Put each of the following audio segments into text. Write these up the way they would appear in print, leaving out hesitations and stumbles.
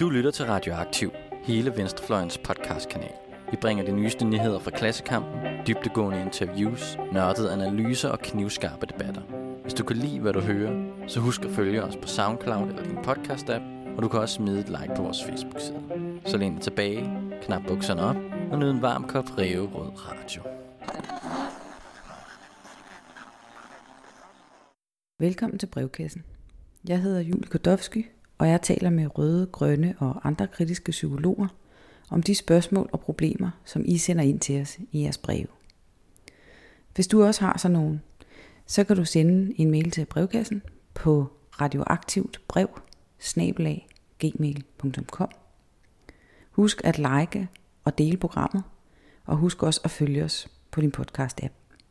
Du lytter til Radioaktiv, hele Venstrefløjens podcastkanal. Vi bringer de nyeste nyheder fra Klassekampen, dybdegående interviews, nørdede analyser og knivskarpe debatter. Hvis du kan lide, hvad du hører, så husk at følge os på SoundCloud eller din podcast-app, og du kan også smide et like på vores Facebook-side. Så læn dig tilbage, knap bukserne op og nyd en varm kop ræverød radio. Velkommen til Brevkassen. Jeg hedder Julie Kodowski, og jeg taler med røde, grønne og andre kritiske psykologer om de spørgsmål og problemer, som I sender ind til os i jeres breve. Hvis du også har sådan nogen, så kan du sende en mail til Brevkassen på radioaktivtbrev@gmail.com. Husk at like og dele programmet, og husk også at følge os på din podcast-app.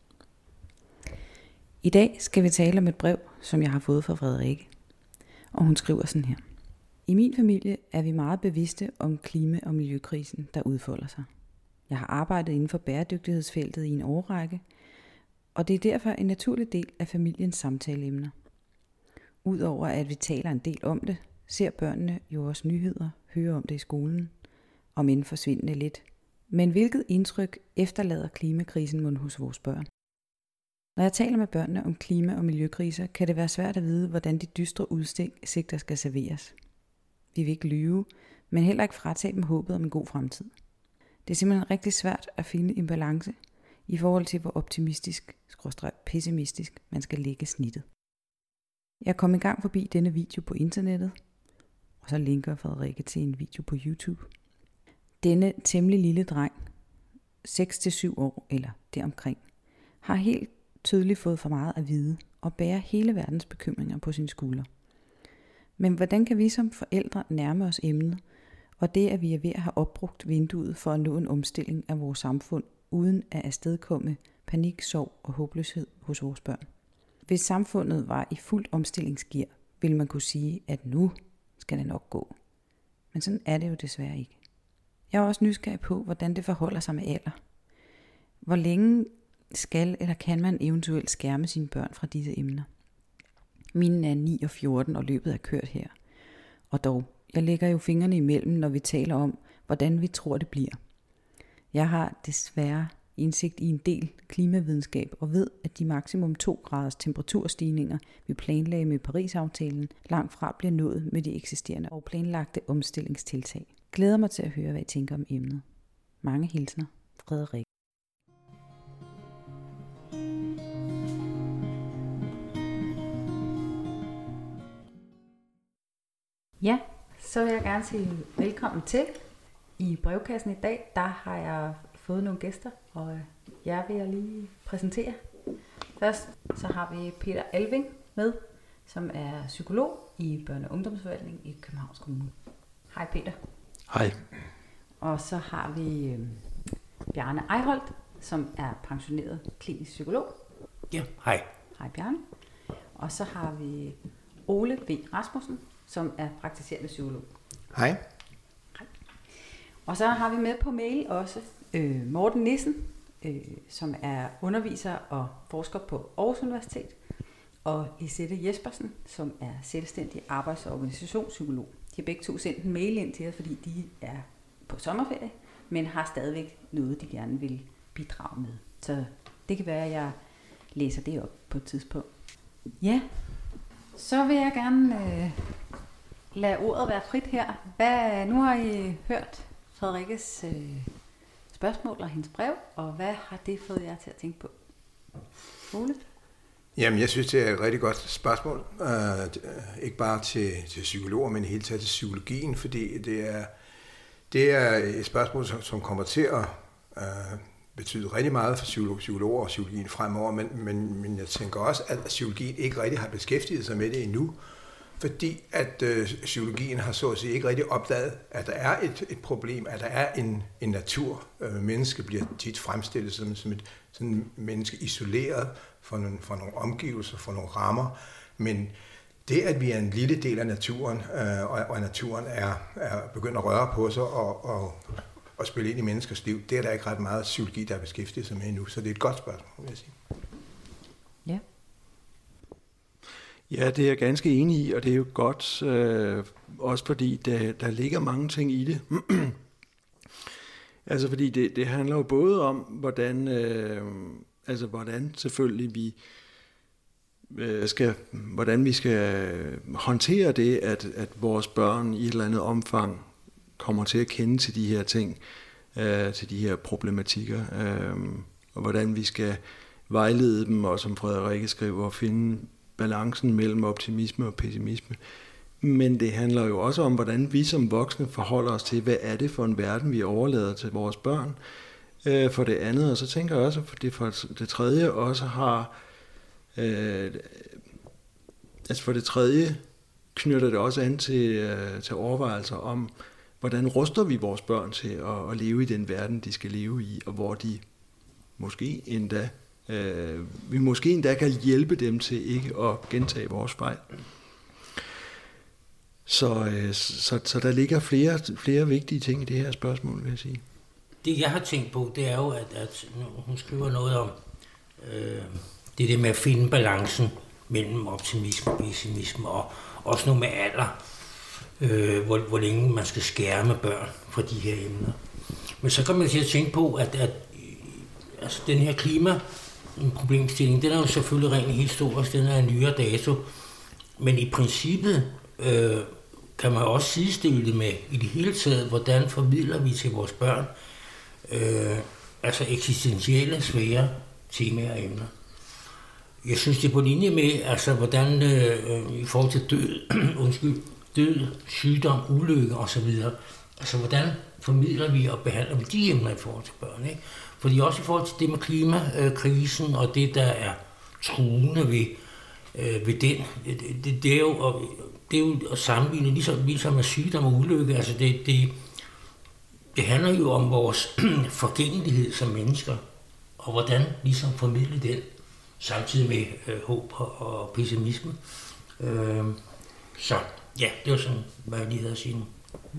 I dag skal vi tale om et brev, som jeg har fået fra Frederikke, og hun skriver sådan her. I min familie er vi meget bevidste om klima- og miljøkrisen, der udfolder sig. Jeg har arbejdet inden for bæredygtighedsfeltet i en årrække, og det er derfor en naturlig del af familiens samtaleemner. Udover at vi taler en del om det, ser børnene jo også nyheder, hører om det i skolen, om end forsvindende lidt. Men hvilket indtryk efterlader klimakrisen mon hos vores børn? Når jeg taler med børnene om klima- og miljøkriser, kan det være svært at vide, hvordan de dystre udsigter skal serveres. Vi vil ikke lyve, men heller ikke fratage dem håbet om en god fremtid. Det er simpelthen rigtig svært at finde en balance i forhold til, hvor optimistisk/pessimistisk man skal lægge snittet. Jeg kom i gang forbi denne video på internettet, og så linker Frederikke til en video på YouTube. Denne temmelig lille dreng, 6-7 år eller deromkring, har helt tydeligt fået for meget at vide og bærer hele verdens bekymringer på sine skuldre. Men hvordan kan vi som forældre nærme os emnet, og det at vi er ved at have opbrugt vinduet for at nå en omstilling af vores samfund, uden at afstedkomme panik, sorg og håbløshed hos vores børn? Hvis samfundet var i fuldt omstillingsgear, ville man kunne sige, at nu skal det nok gå. Men sådan er det jo desværre ikke. Jeg er også nysgerrig på, hvordan det forholder sig med alder. Hvor længe skal eller kan man eventuelt skærme sine børn fra disse emner? Mine er 9 og 14, og løbet er kørt her. Og dog, jeg lægger jo fingrene imellem, når vi taler om, hvordan vi tror det bliver. Jeg har desværre indsigt i en del klimavidenskab, og ved, at de maksimum 2 graders temperaturstigninger, vi planlagde med Paris-aftalen, langt fra bliver nået med de eksisterende og planlagte omstillingstiltag. Glæder mig til at høre, hvad I tænker om emnet. Mange hilsner, Frederik. Ja, så vil jeg gerne sige velkommen til. I brevkassen i dag, der har jeg fået nogle gæster, og jeg vil lige præsentere. Først så har vi Peter Alving med, som er psykolog i børne- og ungdomsforvaltning i Københavns Kommune. Hej Peter. Hej. Og så har vi Bjarne Eiholt, som er pensioneret klinisk psykolog. Ja, hej. Hej Bjarne. Og så har vi Ole B. Rasmussen, som er praktiserende psykolog. Hej. Hej. Og så har vi med på mail også Morten Nissen, som er underviser og forsker på Aarhus Universitet, og Lisette Jespersen, som er selvstændig arbejds- og organisationspsykolog. De har begge to sendt en mail ind til os, fordi de er på sommerferie, men har stadigvæk noget, de gerne vil bidrage med. Så det kan være, at jeg læser det op på et tidspunkt. Ja, så vil jeg gerne lade ordet være frit her. Nu har I hørt Frederikkes spørgsmål og hendes brev, og hvad har det fået jer til at tænke på? Ole? Jamen, jeg synes, det er et rigtig godt spørgsmål. Ikke bare til psykologer, men i hele taget til psykologien, fordi det er et spørgsmål, som kommer til at betyde rigtig meget for psykologer og psykologien fremover, men jeg tænker også, at psykologien ikke rigtig har beskæftiget sig med det endnu, fordi at psykologien har så at sige ikke rigtig opdaget, at der er et problem, at der er en natur. Mennesket bliver tit fremstillet som et sådan menneske isoleret fra nogle omgivelser, fra nogle rammer, men det, at vi er en lille del af naturen, og naturen er begyndt at røre på sig og spille ind i menneskers liv, det er der ikke ret meget psykologi, der er beskæftiget sig med endnu, så det er et godt spørgsmål, vil jeg sige. Ja. Ja, det er jeg ganske enig i, og det er jo godt, også fordi der ligger mange ting i det. Altså fordi det handler jo både om, hvordan selvfølgelig hvordan vi skal håndtere det, at vores børn i et eller andet omfang kommer til at kende til de her ting, til de her problematikker, og hvordan vi skal vejlede dem, og som Frederikke skriver, finde balancen mellem optimisme og pessimisme. Men det handler jo også om, hvordan vi som voksne forholder os til, hvad er det for en verden, vi overlader til vores børn. For det andet, og så tænker jeg også, for det tredje også har... for det tredje knytter det også an til overvejelser om, hvordan ruster vi vores børn til at leve i den verden, de skal leve i, og hvor de vi måske endda kan hjælpe dem til ikke at gentage vores fejl. Så der ligger flere vigtige ting i det her spørgsmål, vil jeg sige. Det jeg har tænkt på, det er jo, at hun skriver noget om det med at finde balancen mellem optimisme og pessimisme, og også noget med alder, hvor længe man skal skærme børn for de her emner. Men så kommer jeg til at tænke på, at den her klimaproblemstilling, den er jo selvfølgelig rent historisk, den er en nyere dato, men i princippet kan man også sidestille det med i det hele taget, hvordan formidler vi til vores børn eksistentielle, svære temaer og emner. Jeg synes, det er på linje med, hvordan i forhold til død, sygdom, ulykke osv., hvordan formidler vi og behandler vi de emner i forhold til børn, ikke? Fordi også i forhold til det med klimakrisen og det, der er truende ved den, det er jo at sammenligne ligesom med sygdom og ulykke. Altså det handler jo om vores forgængelighed som mennesker, og hvordan ligesom formidle den, samtidig med håb og pessimisme. Så ja, det var sådan, hvad jeg lige havde at sige nu.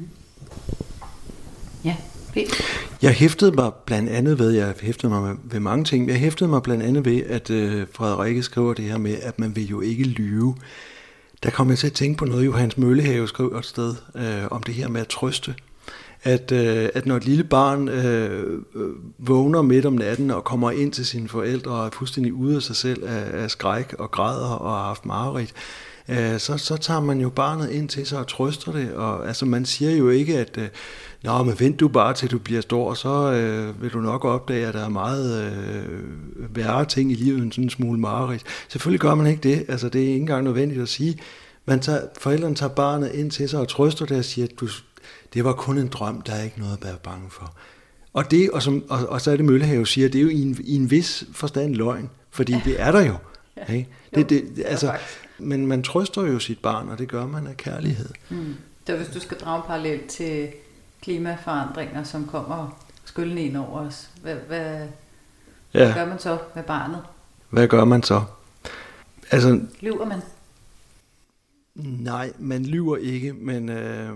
Ja, jeg hæftede mig blandt andet ved mange ting. Jeg hæftede mig blandt andet ved, at Frederikke skriver det her med, at man vil jo ikke lyve. Der kom jeg til at tænke på noget, Johannes Møllehave skrev et sted om det her med at trøste. At når et lille barn vågner midt om natten og kommer ind til sine forældre og er fuldstændig ude af sig selv af skræk og græder og har haft mareridt, så tager man jo barnet ind til sig og trøster det. Og altså man siger jo ikke, at men vent du bare til du bliver stor, så vil du nok opdage, at der er meget værre ting i livet end sådan en smule mareridt. Selvfølgelig gør man ikke det. Altså det er ikke engang nødvendigt at sige. Forældrene tager barnet ind til sig og trøster det og siger, at det var kun en drøm, der er ikke noget at være bange for. Og så er det Møllehave siger, det er jo i en vis forstand løgn, fordi det er der jo. Ikke? Men man trøster jo sit barn, og det gør man af kærlighed. Så hvis du skal drage en parallel til klimaforandringer, som kommer skyldende ind over os, hvad gør man så med barnet? Hvad gør man så? Lyver man? Nej, man lyver ikke, men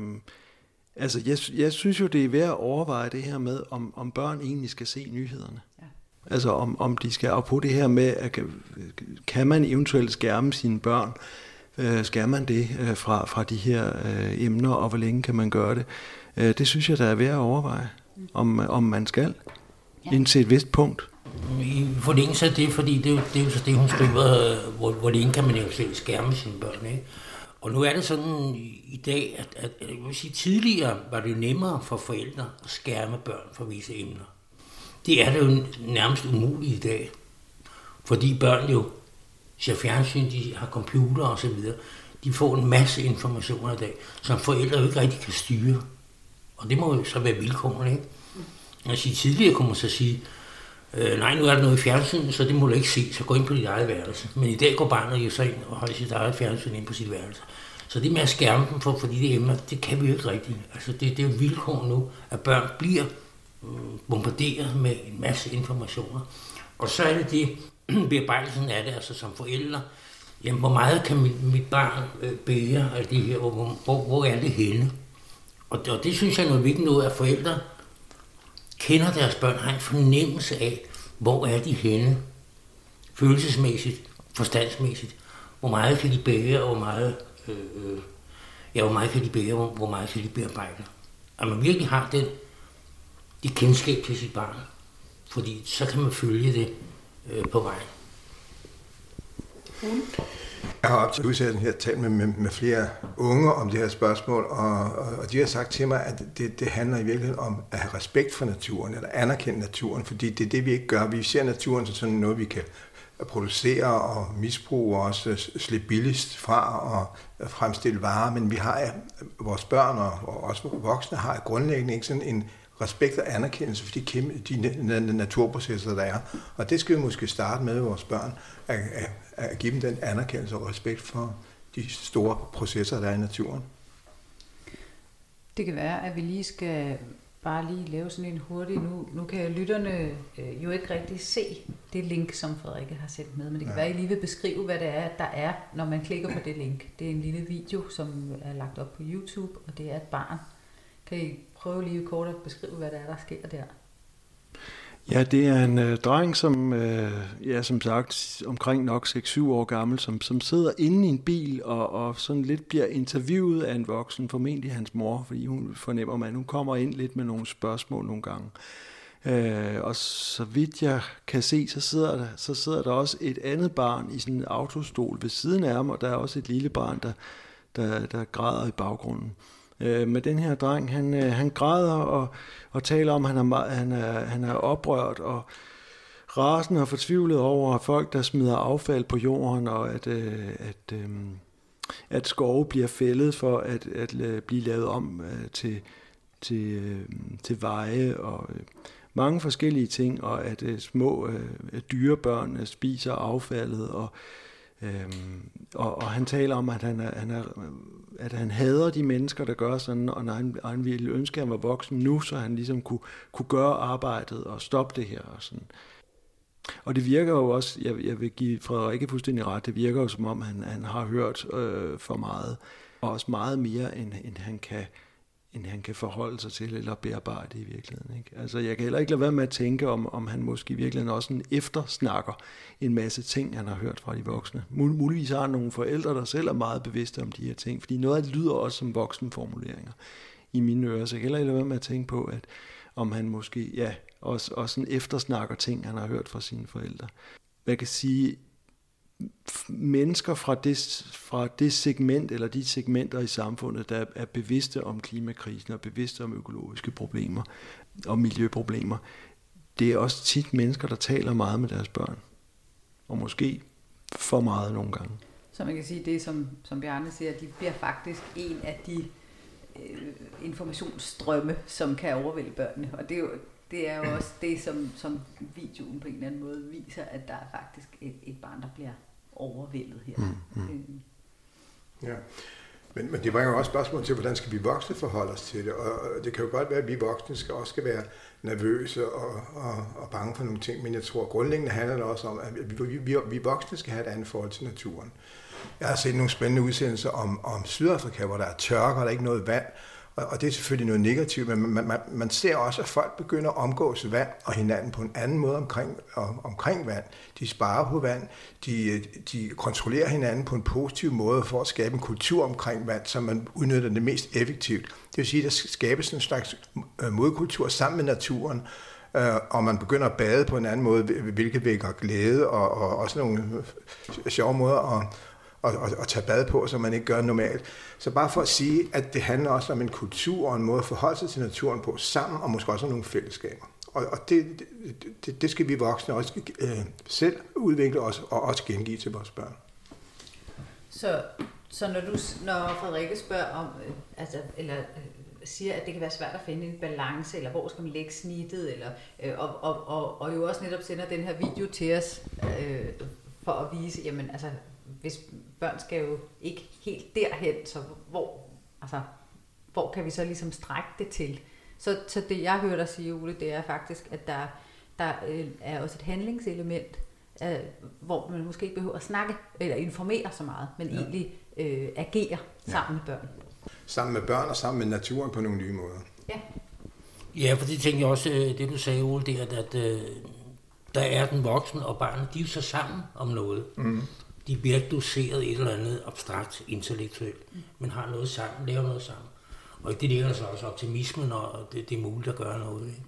jeg synes jo, det er værd at overveje det her med, om børn egentlig skal se nyhederne. Ja. Altså om de skal op på det her med, at kan man eventuelt skærme sine børn? Skal man det fra de her emner, og hvor længe kan man gøre det? Det synes jeg, der er værd at overveje, om man skal, indtil et vist punkt. I forlængelse af det, fordi det er jo så det, hun skriver, hvor længe kan man eventuelt skærme sine børn, ikke? Og nu er det sådan i dag, at jeg vil sige, tidligere var det nemmere for forældre at skærme børn for visse emner. Det er det jo nærmest umuligt i dag, fordi børn jo ser fjernsyn, de har computer og så videre. De får en masse informationer i dag, som forældre jo ikke rigtig kan styre. Og det må jo så være vilkårene, ikke? Altså tidligere kunne man så sige, nej, nu er der noget i fjernsyn, så det må du ikke se, så gå ind på dit eget værelse. Men i dag går barnet jo så ind og holder sit eget fjernsyn ind på sit værelse. Så det med at skærme dem for de emner, det kan vi jo ikke rigtigt. Altså det er jo vilkår nu, at børn bliver bombarderet med en masse informationer. Og så er det bearbejdelsen af det, altså som forældre. Jamen, hvor meget kan mit barn bære af det her, hvor er det henne? Og det synes jeg er noget vigtigt noget, at forældre kender deres børn, har en fornemmelse af, hvor er de henne, følelsesmæssigt, forstandsmæssigt. hvor meget kan de bære, og hvor meget kan de bære, og hvor meget kan de bearbejde. At man virkelig har det kendskab til sit barn, fordi så kan man følge det på vej. Jeg har op til udsendelsen her talt med flere unge om det her spørgsmål, og de har sagt til mig, at det handler i virkeligheden om at have respekt for naturen, eller anerkende naturen, fordi det er det, vi ikke gør. Vi ser naturen som sådan noget, vi kan producere og misbruge og også slippe billigst fra og fremstille varer, men vi har vores børn og også voksne har grundlæggende ikke sådan en respekt og anerkendelse for de naturprocesser, der er. Og det skal vi måske starte med vores børn, at give dem den anerkendelse og respekt for de store processer, der er i naturen. Det kan være, at vi lige skal bare lige lave sådan en hurtig. Nu kan lytterne jo ikke rigtig se det link, som Frederikke har sendt med, men det kan være, at I lige vil beskrive, hvad det er, der er, når man klikker på det link. Det er en lille video, som er lagt op på YouTube, og det er et barn. Kan I prøve lige kort at beskrive, hvad det er, der sker der? Ja, det er en dreng, som sagt, omkring nok 6-7 år gammel, som sidder inde i en bil og sådan lidt bliver interviewet af en voksen, formentlig hans mor, fordi hun fornemmer, at hun kommer ind lidt med nogle spørgsmål nogle gange. Og så vidt jeg kan se, så sidder der også et andet barn i sådan en autostol ved siden af ham, og der er også et lille barn, der græder i baggrunden. Men den her dreng, han græder og taler om, at han er oprørt og rasende og fortvivlet over folk, der smider affald på jorden, og at skove bliver fældet for at blive lavet om til veje og mange forskellige ting, og at små dyrebørn spiser affaldet, og han taler om, at han hader de mennesker, der gør sådan, og når han ville ønske, at han var voksen nu, så han ligesom kunne gøre arbejdet og stoppe det her. Og sådan. Og det virker jo også, jeg vil give Frederikke fuldstændig ret, det virker jo som om, han har hørt for meget, og også meget mere, end han kan forholde sig til eller bearbejde i virkeligheden. Ikke? Altså, jeg kan heller ikke lade være med at tænke, om han måske i virkeligheden også eftersnakker en masse ting, han har hørt fra de voksne. Muligvis har han nogle forældre, der selv er meget bevidste om de her ting, fordi noget af det lyder også som voksenformuleringer i mine ører, så jeg kan heller ikke lade være med at tænke på, at om han måske også sådan eftersnakker ting, han har hørt fra sine forældre. Jeg kan sige, mennesker fra det segment, eller de segmenter i samfundet, der er bevidste om klimakrisen og bevidste om økologiske problemer og miljøproblemer, det er også tit mennesker, der taler meget med deres børn. Og måske for meget nogle gange. Så man kan sige, det som Bjarne siger, de bliver faktisk en af de informationsstrømme, som kan overvælde børnene. Og det er jo også det, som videoen på en eller anden måde viser, at der er faktisk et barn, der bliver overvældet her. Ja, men det var jo også spørgsmål til, hvordan skal vi voksne forholde os til det, og det kan jo godt være, at vi voksne skal være nervøse og bange for nogle ting, men jeg tror grundlæggende handler det også om, at vi voksne skal have et andet forhold til naturen. Jeg har set nogle spændende udsendelser om Sydafrika, hvor der er tørke, og der er ikke noget vand, og det er selvfølgelig noget negativt, men man ser også, at folk begynder at omgås vand og hinanden på en anden måde omkring vand. De sparer på vand, de kontrollerer hinanden på en positiv måde for at skabe en kultur omkring vand, som man udnytter det mest effektivt. Det vil sige, at der skabes en slags modkultur sammen med naturen, og man begynder at bade på en anden måde, hvilket vækker glæde og også nogle sjove måder at tage bad på, som man ikke gør normalt. Så bare for at sige, at det handler også om en kultur og en måde at forholde sig til naturen på sammen, og måske også om nogle fællesskaber. Og det skal vi voksne også selv udvikle os og også gengive til vores børn. Så når Frederikke spørger om, siger, at det kan være svært at finde en balance, eller hvor skal man lægge snittet, eller, og jo også netop sender den her video til os, for at vise, jamen altså, hvis børn skal jo ikke helt derhen, så hvor kan vi så ligesom strække det til? Så det jeg hører dig sige, Ole, det er faktisk, at der er også et handlingselement, hvor man måske ikke behøver at snakke eller informere så meget, men egentlig agere sammen med børn. Sammen med børn og sammen med naturen på nogle nye måder. Ja, for det tænker jeg også, det du sagde, Ole, at der er den voksne og barnet, de er jo så sammen om noget. Mm. de bliver ikke doseret et eller andet abstrakt intellektuelt, men har noget sammen, laver noget sammen. Og det ligger så også optimismen, og det er muligt at gøre noget. Ikke?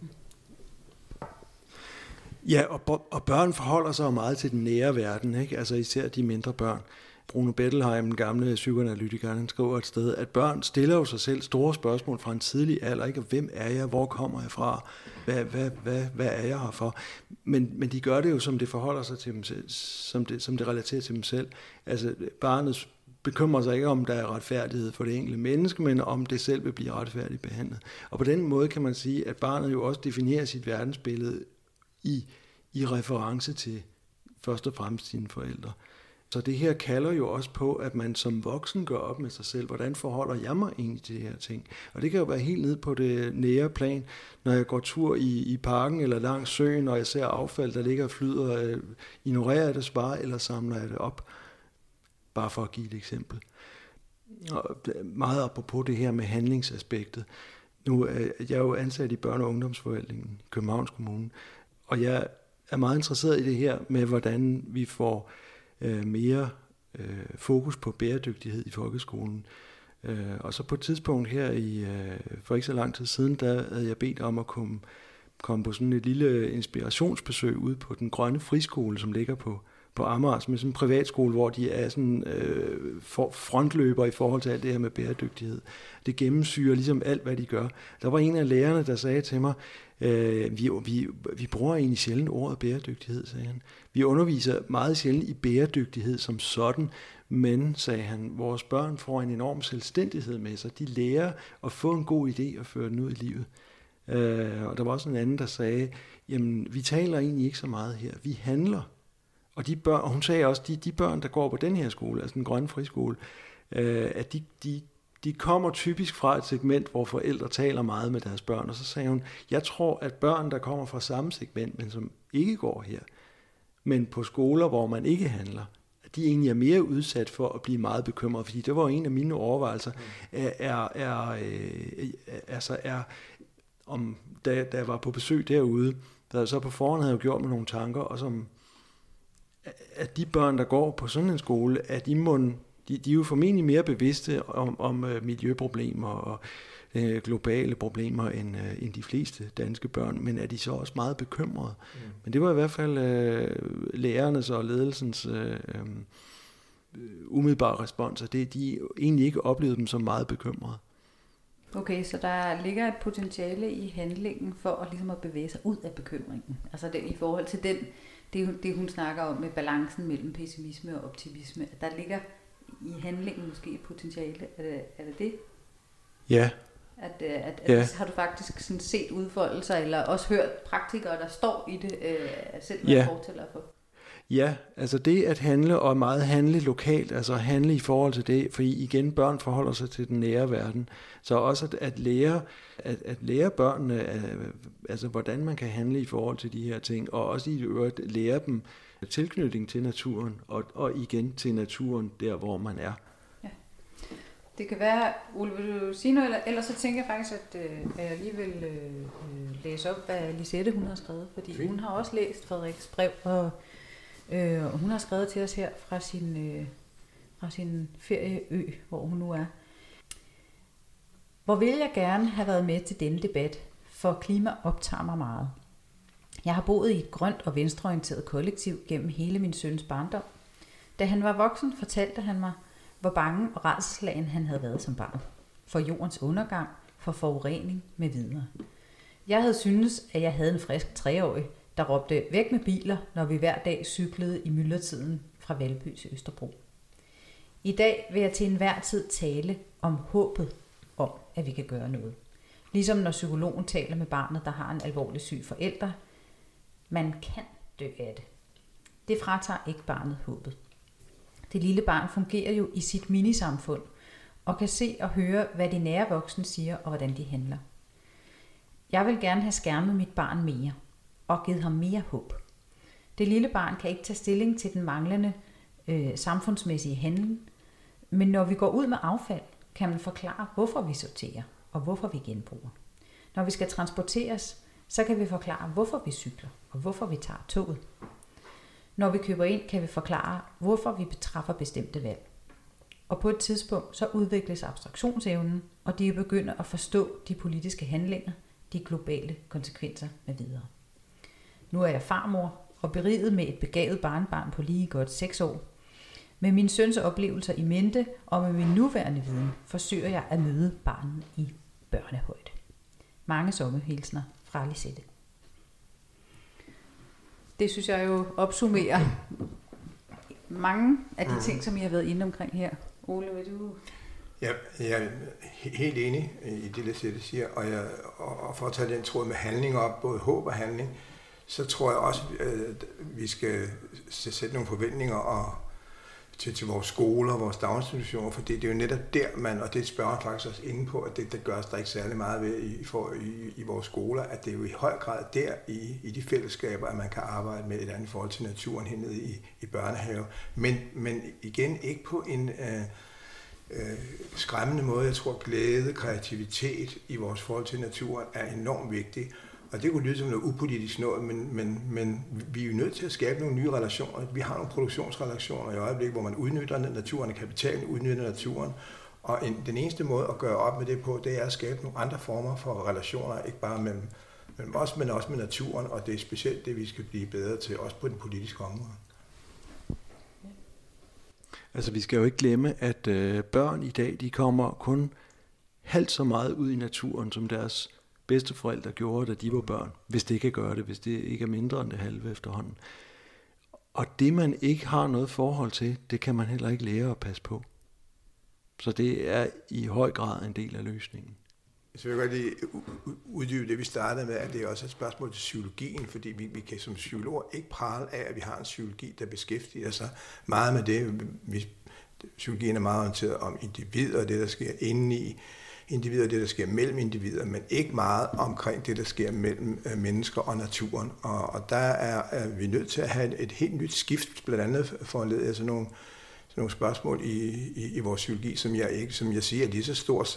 Ja, og børn forholder sig jo meget til den nære verden, ikke? Altså især de mindre børn. Bruno Bettelheim, den gamle psykoanalytiker, han skriver et sted, at børn stiller jo sig selv store spørgsmål fra en tidlig alder, ikke? Hvem er jeg? Hvor kommer jeg fra? Hvad er jeg her for? Men de gør det jo, som det forholder sig til dem selv, som det relaterer til dem selv. Altså barnet bekymrer sig ikke om, der er retfærdighed for det enkelte menneske, men om det selv vil blive retfærdigt behandlet. Og på den måde kan man sige, at barnet jo også definerer sit verdensbillede i reference til først og fremmest sine forældre. Så det her kalder jo også på, at man som voksen gør op med sig selv, hvordan forholder jeg mig egentlig til de her ting. Og det kan jo være helt ned på det nære plan, når jeg går tur i parken eller langs søen, og jeg ser affald, der ligger og flyder, ignorerer jeg det bare, eller samler jeg det op? Bare for at give et eksempel. Og meget apropos det her med handlingsaspektet. Nu er jeg jo ansat i børne- og ungdomsforvaltningen i Københavns Kommune, og jeg er meget interesseret i det her med, hvordan vi får mere fokus på bæredygtighed i folkeskolen. Og så på et tidspunkt her for ikke så lang tid siden, der havde jeg bedt om at komme på sådan et lille inspirationsbesøg ude på den grønne friskole, som ligger på Amager, som er sådan en privatskole, hvor de er sådan frontløber i forhold til alt det her med bæredygtighed. Det gennemsyrer ligesom alt, hvad de gør. Der var en af lærerne, der sagde til mig, vi bruger egentlig sjældent ordet bæredygtighed, sagde han. Vi underviser meget sjældent i bæredygtighed som sådan, men, sagde han, vores børn får en enorm selvstændighed med sig. De lærer at få en god idé og føre den ud i livet. Og der var også en anden, der sagde, jamen, vi taler egentlig ikke så meget her. Vi handler. Og de børn, og hun sagde også, de børn, der går på den her skole, altså den grønne friskole, at de kommer typisk fra et segment, hvor forældre taler meget med deres børn. Og så sagde hun, jeg tror, at børn, der kommer fra samme segment, men som ikke går her, men på skoler, hvor man ikke handler, at de egentlig er mere udsat for at blive meget bekymret. Fordi det var en af mine overvejelser, da jeg var på besøg derude, der så på forhånd havde jeg gjort mig nogle tanker, og som at de børn, der går på sådan en skole, at de er jo formentlig mere bevidste om miljøproblemer og globale problemer end de fleste danske børn, men er de så også meget bekymrede. Men det var i hvert fald lærernes og ledelsens umiddelbare respons, og de egentlig ikke oplevede dem som meget bekymrede. Okay, så der ligger et potentiale i handlingen for at, ligesom at bevæge sig ud af bekymringen. Altså det, i forhold til det hun snakker om med balancen mellem pessimisme og optimisme. Der ligger i handlingen måske et potentiale. Er det det? Ja. Ja. Har du faktisk sådan set udfoldelser, eller også hørt praktikere, der står i det, selv hvad fortæller for? Ja, altså det at handle, og meget handle lokalt, altså handle i forhold til det, for igen, børn forholder sig til den nære verden. Så også at lære børnene, altså hvordan man kan handle i forhold til de her ting, og også i øvrigt lære dem tilknytning til naturen, og igen til naturen, der hvor man er. Ja. Det kan være, Ole, vil du sige noget, eller ellers så tænker jeg faktisk, at jeg lige vil læse op, hvad Lisette hun har skrevet, fordi Fint. Hun har også læst Frederiks brev, og hun har skrevet til os her fra sin ferieø, hvor hun nu er. Hvor ville jeg gerne have været med til denne debat, for klima optager mig meget. Jeg har boet i et grønt og venstreorienteret kollektiv gennem hele min søns barndom. Da han var voksen, fortalte han mig, hvor bange og rædselsslagen han havde været som barn. For jordens undergang, for forurening med videre. Jeg havde syntes, at jeg havde en frisk 3-årig, der råbte væk med biler, når vi hver dag cyklede i myldretiden fra Valby til Østerbro. I dag vil jeg til enhver tid tale om håbet om, at vi kan gøre noget. Ligesom når psykologen taler med barnet, der har en alvorlig syg forælder. Man kan dø af det. Det fratager ikke barnet håbet. Det lille barn fungerer jo i sit minisamfund og kan se og høre, hvad de nære voksne siger og hvordan de handler. Jeg vil gerne have skærmet mit barn mere og givet ham mere håb. Det lille barn kan ikke tage stilling til den manglende samfundsmæssige handling, men når vi går ud med affald, kan man forklare, hvorfor vi sorterer og hvorfor vi genbruger. Når vi skal transporteres, så kan vi forklare, hvorfor vi cykler og hvorfor vi tager toget. Når vi køber ind, kan vi forklare, hvorfor vi betræffer bestemte valg. Og på et tidspunkt, så udvikles abstraktionsevnen, og de begynder at forstå de politiske handlinger, de globale konsekvenser med videre. Nu er jeg farmor og beriget med et begavet barnebarn på lige godt 6 år. Med min søns oplevelser i mente og med min nuværende viden, forsøger jeg at møde barnet i børnehøjde. Mange sommerhilsner fra Lisette. Det synes jeg jo opsummerer mange af de ting, som I har været inde omkring her. Ole, vil du? Ja, jeg er helt enig i det, Lisette siger, og for at tage den tråd med handling op, både håb og handling, så tror jeg også, at vi skal sætte nogle forventninger til vores skoler og vores daginstitutioner, for det er jo netop der, og det spørger faktisk også inde på, at det gøres der ikke særlig meget ved i vores skoler, at det er jo i høj grad der i de fællesskaber, at man kan arbejde med et andet forhold til naturen hernede i børnehave. Men igen, ikke på en skræmmende måde. Jeg tror, glæde, kreativitet i vores forhold til naturen er enormt vigtigt. Og det kunne lyde som noget upolitisk noget, men vi er jo nødt til at skabe nogle nye relationer. Vi har nogle produktionsrelationer i øjeblikket, hvor man udnytter naturen, og kapitalen udnytter naturen. Og den eneste måde at gøre op med det på, det er at skabe nogle andre former for relationer, ikke bare mellem os, men også med naturen, og det er specielt det, vi skal blive bedre til, også på den politiske område. Altså vi skal jo ikke glemme, at børn i dag, de kommer kun halvt så meget ud i naturen, som deres bedsteforældre gjorde, da de var børn, hvis det kan gøre det, hvis det ikke er mindre end det halve efterhånden. Og det, man ikke har noget forhold til, det kan man heller ikke lære at passe på. Så det er i høj grad en del af løsningen. Så vil jeg godt lige uddybe det, vi startede med, at det er også et spørgsmål til psykologien, fordi vi kan som psykologer ikke prale af, at vi har en psykologi, der beskæftiger sig meget med det. Psykologien er meget orienteret om individer og det, der sker inde i individer og det, der sker mellem individer, men ikke meget omkring det, der sker mellem mennesker og naturen. Og der er vi nødt til at have et helt nyt skift, blandt andet foranledet af sådan nogle spørgsmål i vores psykologi, som jeg siger, er lige så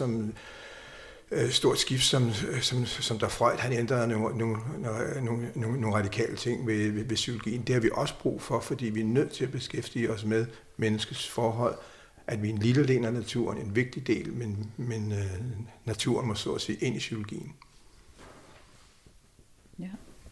stort skift, som der Freud, han ændrede nogle radikale ting ved psykologien. Det har vi også brug for, fordi vi er nødt til at beskæftige os med menneskets forhold, at vi er en lille del af naturen, en vigtig del, men naturen må så at sige ind i psykologien. Ja.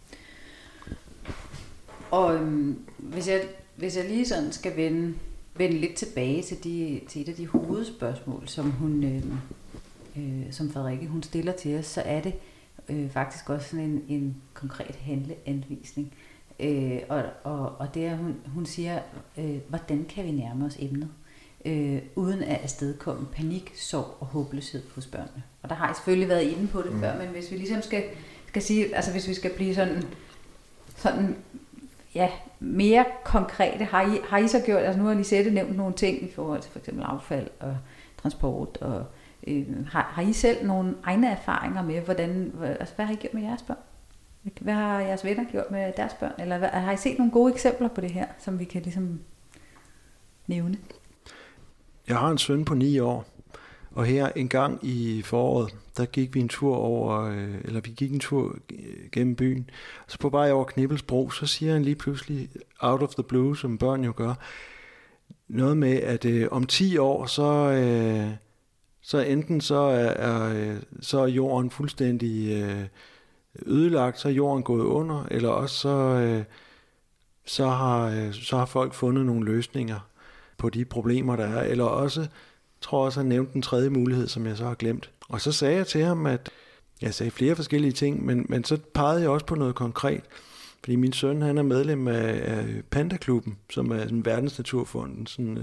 Og hvis jeg lige sådan skal vende lidt tilbage til et af de hovedspørgsmål, som som Frederikke hun stiller til os, så er det faktisk også sådan en konkret handleanvisning. Og det er, hun siger, hvordan kan vi nærme os emnet, uden at afstedkomme panik, sorg og håbløshed hos børnene. Og der har jeg selvfølgelig været inde på det før, men hvis vi ligesom skal sige, altså hvis vi skal blive sådan ja, mere konkrete, har I så gjort, altså nu har Lisette nævnt nogle ting i forhold til for eksempel affald og transport, og har I selv nogle egne erfaringer med, hvad har I gjort med jeres børn? Hvad har jeres venner gjort med deres børn? Eller har I set nogle gode eksempler på det her, som vi kan ligesom nævne? Jeg har en søn på 9 år, og her en gang i foråret, der gik vi en tur gennem byen. Så på vej over Knibbelsbro, så siger han lige pludselig, out of the blue, som børn jo gør, noget med, at om 10 år, så enten så er jorden fuldstændig ødelagt, så er jorden gået under, eller også så har folk fundet nogle løsninger på de problemer, der er, eller også, tror også, han nævnte den tredje mulighed, som jeg så har glemt. Og så sagde jeg til ham, at jeg sagde flere forskellige ting, men så pegede jeg også på noget konkret, fordi min søn, han er medlem af Panda-klubben, som er sådan Verdensnaturfonden, sådan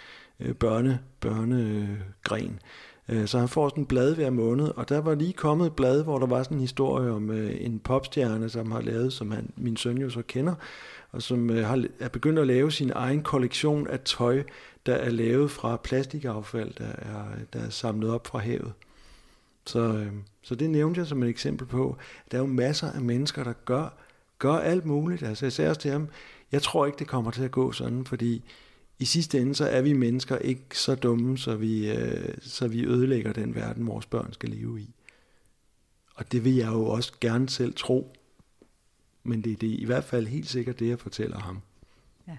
børnegren. Så han får sådan et blad hver måned, og der var lige kommet et blad, hvor der var sådan en historie om en popstjerne, som har lavet, som min søn jo så kender, og som er begyndt at lave sin egen kollektion af tøj, der er lavet fra plastikaffald, der er samlet op fra havet. Så det nævnte jeg som et eksempel på. Der er jo masser af mennesker, der gør alt muligt. Altså jeg sagde også til ham, jeg tror ikke, det kommer til at gå sådan, fordi i sidste ende, så er vi mennesker ikke så dumme, så vi ødelægger den verden, vores børn skal leve i. Og det vil jeg jo også gerne selv tro. Men det er i hvert fald helt sikkert det, jeg fortæller ham. Ja.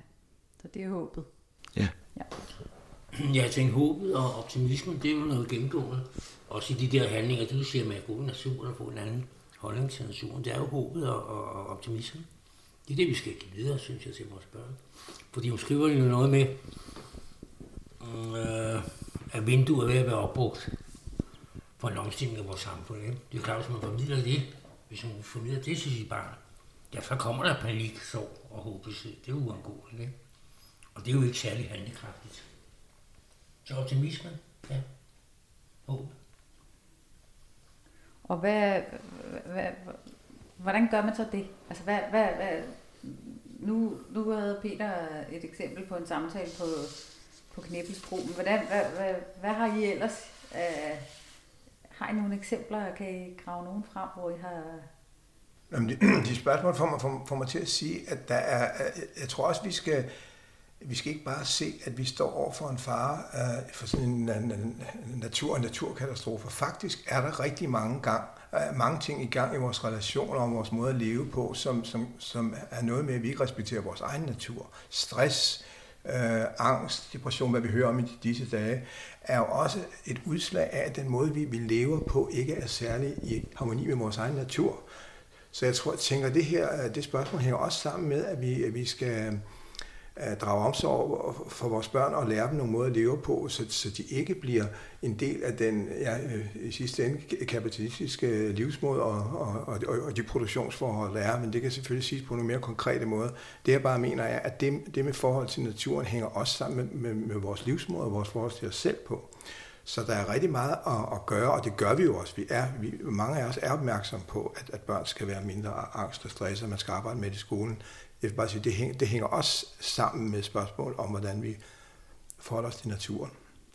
Så det er håbet. Ja. Jeg tænker, håbet og optimismen, det er jo noget gennemgående. Også i de der handlinger, du siger med at gå i naturen og få en anden holdning til naturen. Det er jo håbet og optimismen. Det er det, vi skal give videre, synes jeg, til vores børn. Fordi hun skriver jo noget med, at vinduet er ved at være opbrugt for en omstilling af vores samfund. Ikke? Det er klart, hvis man formidler det, hvis man formidler det til sit barn, ja, så kommer der panik, sorg og håbløshed. Det er jo uundgåeligt, ikke? Og det er jo ikke særlig handlekraftigt. Så optimismen, ja. Håb. Og hvordan gør man så det? Altså, nu havde Peter et eksempel på en samtale på Knippelsbro, men hvad har I ellers? Har I nogle eksempler? Kan I grave nogen frem, hvor I har... De spørgsmål får mig til at sige, at der er, jeg tror også, vi skal ikke bare se, at vi står over for en fare for sådan en naturkatastrofe. Faktisk er der rigtig mange ting i gang i vores relationer og vores måde at leve på, som er noget med, at vi ikke respekterer vores egen natur. Stress, angst, depression, hvad vi hører om i disse dage, er jo også et udslag af, at den måde, vi lever på, ikke er særlig i harmoni med vores egen natur. Så jeg tænker, det spørgsmål hænger også sammen med, at vi skal drage omsorg for vores børn og lære dem nogle måder at leve på, så de ikke bliver en del af den i sidste ende kapitalistiske livsmåde og de produktionsforhold, der er, men det kan selvfølgelig siges på nogle mere konkrete måder. Det jeg bare mener er, at det med forhold til naturen hænger også sammen med vores livsmåde og vores forhold til os selv på. Så der er rigtig meget at gøre, og det gør vi jo også. Mange af os er opmærksomme på, at børn skal være mindre angst og stress, og man skal arbejde med det i skolen. Jeg vil bare sige, det hænger også sammen med spørgsmål om, hvordan vi forholder os til naturen.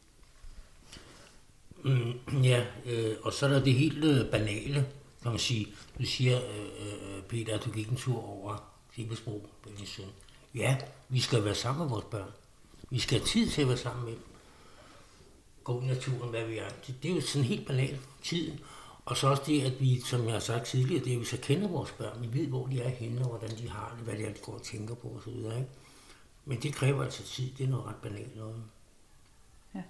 Og så er der det helt banale, kan man sige. Du siger, Peter, at du gik en tur over Knippelsbro med din søn. Ja, vi skal være sammen med vores børn. Vi skal have tid til at være sammen med dem. Gå i naturen, hvad vi er. Det er jo sådan helt banalt, tiden. Og så også det, at vi, som jeg har sagt tidligere, det er, at vi så kender vores børn. Vi ved, hvor de er henne, og hvordan de har det, hvad det er, de går og tænker på osv. Ikke? Men det kræver altså tid. Det er noget ret banalt noget. Ja.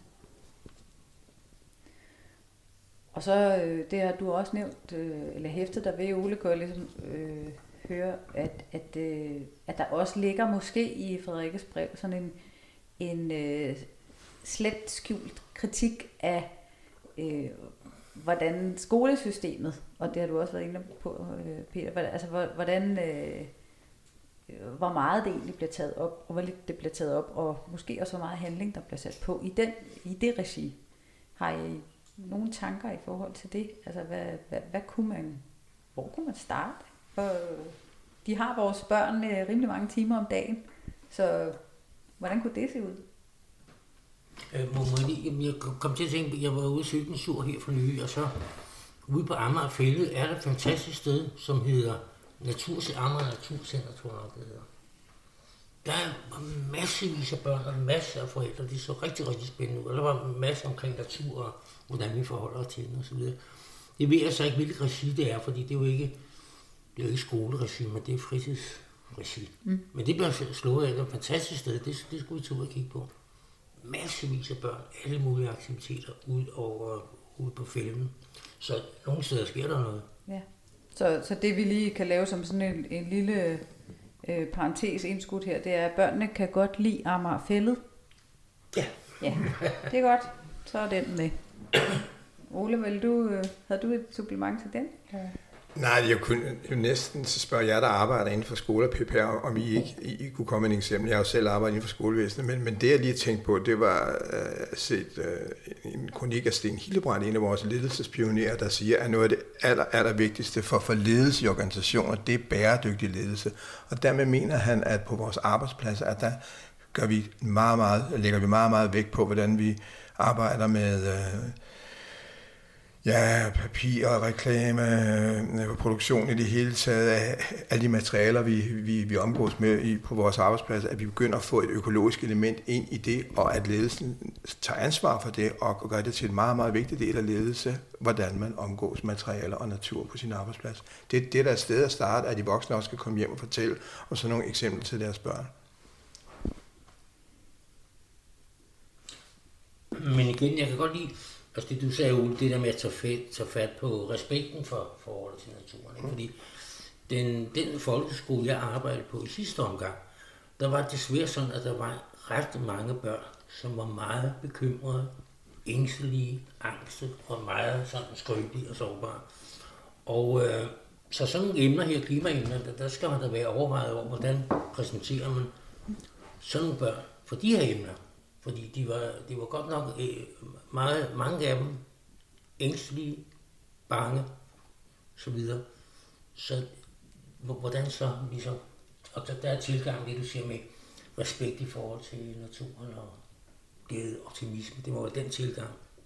Og så det har du også nævnt, eller hæftet der ved, Ole, kan jeg ligesom høre, at der også ligger måske i Frederikkes brev sådan en slet skjult kritik af hvordan skolesystemet, og det har du også været inde på, Peter, altså hvordan, hvor meget det egentlig bliver taget op, og hvor lidt det bliver taget op, og måske også hvor meget handling, der bliver sat på i det regi. Har I nogle tanker i forhold til det? Altså, hvor kunne man starte? For de har vores børn rimelig mange timer om dagen, så hvordan kunne det se ud? Jeg kom til at tænke, at jeg var ude og søge en sur her for nylig, og så ude på Amager Fælled er der et fantastisk sted, som hedder Amager Naturcenter, tror jeg nok det hedder. Der er massevis af børn og masser af forældre, det så rigtig, rigtig spændende ud. Der var masser omkring natur og hvordan vi forholder os til den osv. Det ved jeg så ikke, hvilket regi det er, fordi det er jo ikke skoleregi, men det er fritidsregi. Men det bliver slået af, det er et fantastisk sted, det skulle vi tage ud og kigge på. Massevis af børn, alle mulige aktiviteter ude på filmen. Så nogle steder sker der noget. Ja. Så det vi lige kan lave som sådan en lille parentes indskudt her, det er, at børnene kan godt lide Amager Fælled. Ja. Ja, det er godt. Så er den med. Ole, havde du et supplement til den? Ja. Nej, jeg kunne jo næsten spørge jer, der arbejder inden for skole og PPR, om I kunne komme med et eksempel. Jeg har jo selv arbejdet inden for skolevæsenet, men det jeg lige tænkte på, det var en kronik af Sten Hildebrandt, en af vores ledelsespionerer, der siger, at noget af det aller vigtigste for ledelse i organisationer, det er bæredygtig ledelse. Og dermed mener han, at på vores arbejdspladser, at der lægger vi meget vægt på, hvordan vi arbejder med papir, reklame, produktion i det hele taget af alle de materialer, vi omgås med på vores arbejdsplads, at vi begynder at få et økologisk element ind i det, og at ledelsen tager ansvar for det, og gør det til en meget, meget vigtig del af ledelse, hvordan man omgås materialer og natur på sin arbejdsplads. Det der er et sted at starte, at de voksne også skal komme hjem og fortælle om sådan nogle eksempler til deres børn. igen, jeg kan godt lide, altså det du sagde, Ole, det der med at tage fat på respekten for forholdet til naturen. Ikke? Fordi den folkeskole, jeg arbejdede på i sidste omgang, der var det desværre sådan, at der var ret mange børn, som var meget bekymrede, ængstelige, angste og meget sådan skrøbelige og sårbare. Og så sådan nogle emner her, klimaemner, der skal man da være overvejet over, hvordan præsenterer man sådan nogle børn for de her emner. Fordi de var godt nok mange af dem ængstelige, bange, så videre. Så hvordan så ligesom, og der er tilgang, det du siger med respekt i forhold til naturen og glæde, optimisme, det må være den tilgang.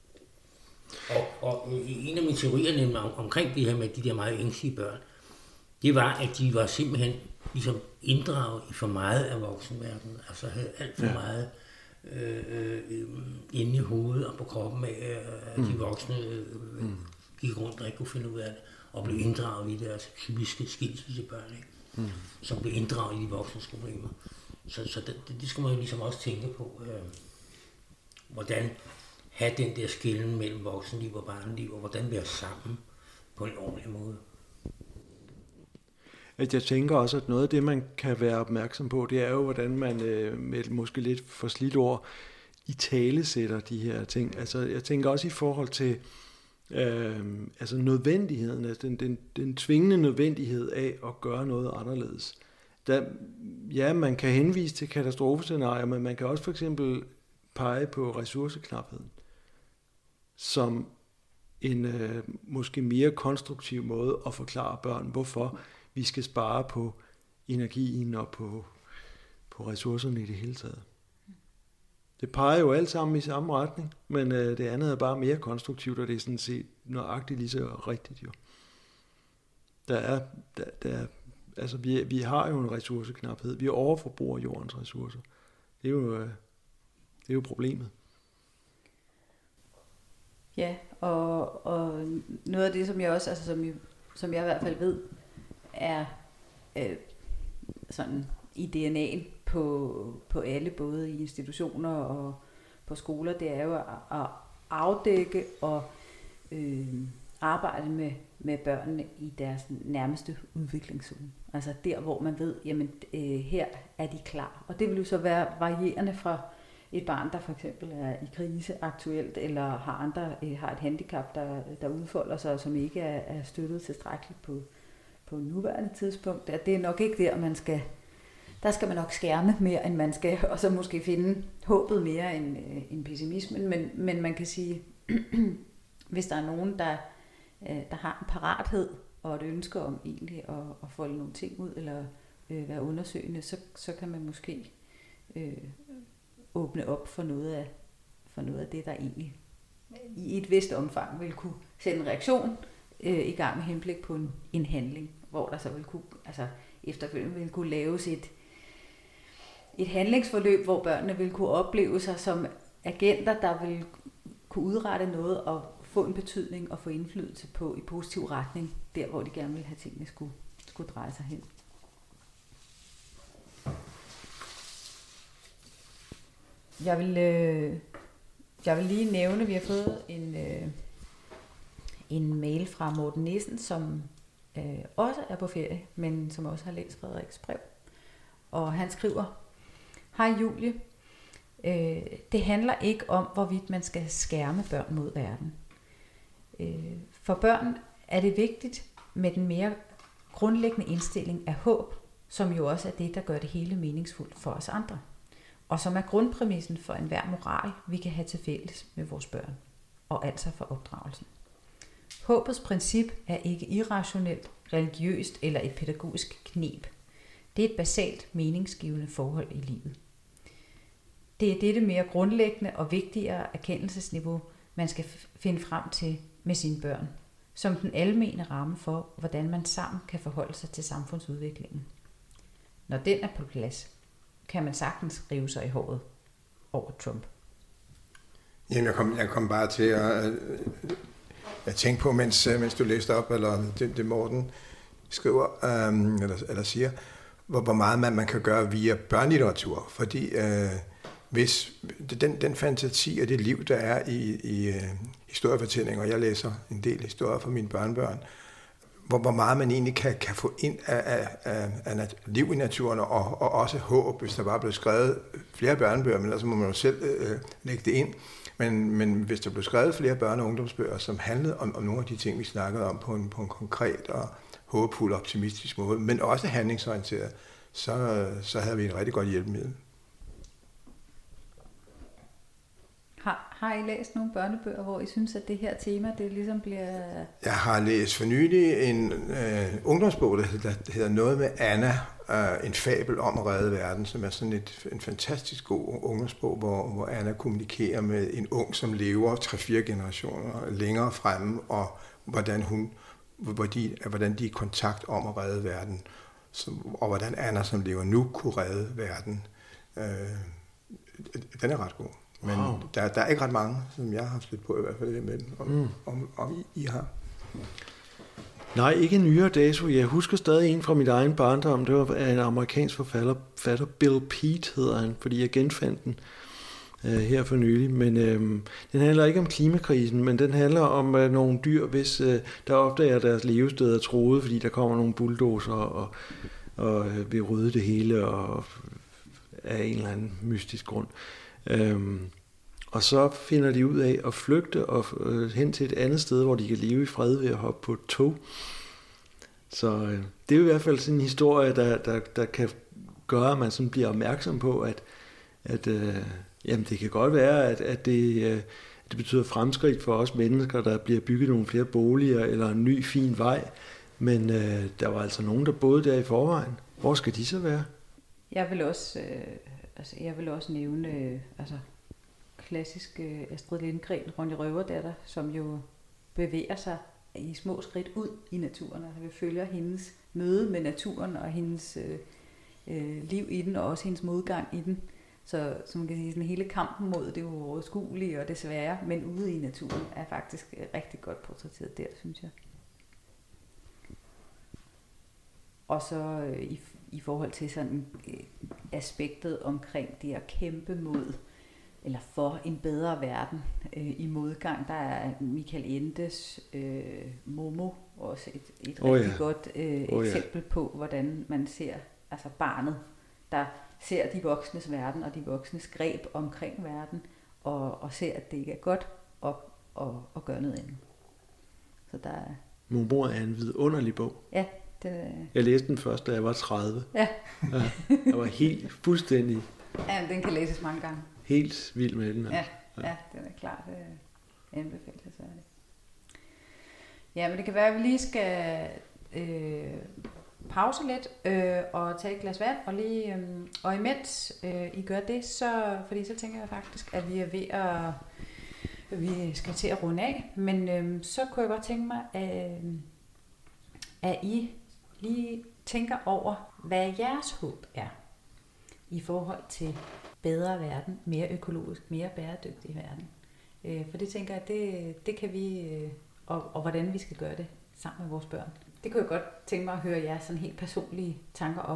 Og en af mine teorier nemlig omkring det her med de der meget ængstelige børn, det var, at de var simpelthen ligesom inddraget i for meget af voksenverdenen, altså havde alt for meget inde i hovedet og på kroppen med, at de voksne gik rundt og ikke kunne finde ud af det, og blev inddraget i det, altså typiske skilsmissebørn, ikke? Som blev inddraget i de voksnes problemer. Så det skal man jo ligesom også tænke på, hvordan have den der skelnen mellem voksenliv og barneliv, og hvordan være sammen på en ordentlig måde. Jeg tænker også, at noget af det, man kan være opmærksom på, det er jo, hvordan man med måske lidt for slidt ord i tale sætter de her ting. Altså, jeg tænker også i forhold til altså nødvendigheden, altså den tvingende nødvendighed af at gøre noget anderledes. Ja, man kan henvise til katastrofescenarier, men man kan også for eksempel pege på ressourceknapheden som en måske mere konstruktiv måde at forklare børn, hvorfor vi skal spare på energien og på ressourcerne i det hele taget. Det peger jo alt sammen i samme retning, men det andet er bare mere konstruktivt, og det er sådan set nøjagtigt lige så rigtigt jo. Altså vi har jo en ressourceknaphed. Vi overforbruger jordens ressourcer. Det er jo problemet. Ja, og noget af det, som jeg også, altså som jeg i hvert fald ved, er sådan i DNA'en på alle, både i institutioner og på skoler, det er jo at afdække og arbejde med børnene i deres nærmeste udviklingszone. Altså der, hvor man ved, jamen her er de klar. Og det vil jo så være varierende fra et barn, der for eksempel er i krise aktuelt, eller har et handicap, der udfolder sig, som ikke er støttet tilstrækkeligt på nuværende tidspunkt. Det er nok ikke der, man skal. Der skal man nok skærme mere, end man skal, og så måske finde håbet mere end pessimismen. Men man kan sige, hvis der er nogen, der har en parathed og et ønske om egentlig at folde nogle ting ud, eller være undersøgende, så kan man måske åbne op for noget af det, der egentlig i et vist omfang vil kunne sætte en reaktion i gang med henblik på en handling, hvor der så vil kunne, altså efterfølgende vil kunne laves et handlingsforløb, hvor børnene vil kunne opleve sig som agenter, der vil kunne udrette noget og få en betydning og få indflydelse på i positiv retning, der hvor de gerne vil have tingene skulle dreje sig hen. Jeg vil lige nævne, at vi har fået en mail fra Morten Nissen, som også er på ferie, men som også har læst Frederiks brev. Og han skriver: Hej Julie, det handler ikke om, hvorvidt man skal skærme børn mod verden. For børn er det vigtigt med den mere grundlæggende indstilling af håb, som jo også er det, der gør det hele meningsfuldt for os andre, og som er grundpræmissen for enhver moral, vi kan have til fælles med vores børn, og altså for opdragelsen. Håbets princip er ikke irrationelt, religiøst eller et pædagogisk kneb. Det er et basalt meningsgivende forhold i livet. Det er dette mere grundlæggende og vigtigere erkendelsesniveau, man skal finde frem til med sine børn, som den almene ramme for, hvordan man sammen kan forholde sig til samfundsudviklingen. Når den er på plads, kan man sagtens rive sig i håret over Trump. Jamen, jeg kom bare til at tænke på, mens du læste op, eller det Morten skriver, eller siger, hvor meget man kan gøre via børnelitteratur. Fordi hvis den fantasi og det liv, der er i historiefortællinger, jeg læser en del historier fra mine børnebørn, hvor meget man egentlig kan få ind af liv i naturen, og også håb, hvis der bare blev skrevet flere børnebøger, men ellers må man jo selv lægge det ind. Men hvis der blev skrevet flere børne- og ungdomsbøger, som handlede om nogle af de ting, vi snakkede om på en konkret og håbefuld, optimistisk måde, men også handlingsorienteret, så havde vi et rigtig godt hjælpemiddel. Har I læst nogle børnebøger, hvor I synes, at det her tema, det ligesom bliver... Jeg har læst for nylig en ungdomsbog, der hedder Noget med Anna, en fabel om at redde verden, som er sådan en fantastisk god ungdomsbog, hvor Anna kommunikerer med en ung, som lever 3-4 generationer længere fremme, og hvordan de er i kontakt om at redde verden, og hvordan Anna, som lever nu, kunne redde verden. Den er ret god. Men wow. Der er ikke ret mange, som jeg har stødt på i hvert fald med den, om I har. Nej, ikke en nyere dato. Jeg husker stadig en fra mit egen barndom. Det var en amerikansk forfatter, Bill Peet hedder han, fordi jeg genfandt den her for nylig. Men den handler ikke om klimakrisen, men den handler om nogle dyr, hvis der opdager deres levested er truet, fordi der kommer nogle bulldozer og vil rydde det hele og af en eller anden mystisk grund. Og så finder de ud af at flygte og hen til et andet sted, hvor de kan leve i fred ved at hoppe på et tog. Så det er i hvert fald sådan en historie, der kan gøre, at man sådan bliver opmærksom på, at jamen det kan godt være, at det betyder fremskridt for os mennesker, der bliver bygget nogle flere boliger eller en ny fin vej. Men der var altså nogen, der boede der i forvejen. Hvor skal de så være? Jeg vil også nævne klassisk Astrid Lindgren, Ronja Røverdatter, som jo bevæger sig i små skridt ud i naturen. Altså, vi følger hendes møde med naturen og hendes liv i den, og også hendes modgang i den. Så som man kan sige, sådan hele kampen mod det uoverskuelige og det svære, men ude i naturen, er faktisk rigtig godt portrætteret der, synes jeg. Og så i forhold til sådan aspektet omkring det at kæmpe mod eller for en bedre verden i modgang, der er Michael Endes Momo også et rigtig godt eksempel på, hvordan man ser altså barnet, der ser de voksnes verden og de voksnes greb omkring verden, og ser, at det ikke er godt, og gør noget andet. Så der er... Momo er en vidunderlig bog. Ja. Jeg læste den først, da jeg var 30. Ja. Jeg var helt fuldstændig... Ja, den kan læses mange gange. Helt vild med den. Ja, den er klart anbefalesværdig. Ja, men det kan være, at vi lige skal pause lidt og tage et glas vand, og imens I gør det, fordi så tænker jeg faktisk, at vi er ved vi skal til at runde af, men så kunne jeg godt tænke mig, at I lige tænker over, hvad jeres håb er i forhold til bedre verden, mere økologisk, mere bæredygtig verden. For det tænker jeg, det kan vi, og hvordan vi skal gøre det sammen med vores børn. Det kunne jeg godt tænke mig at høre jeres sådan helt personlige tanker om.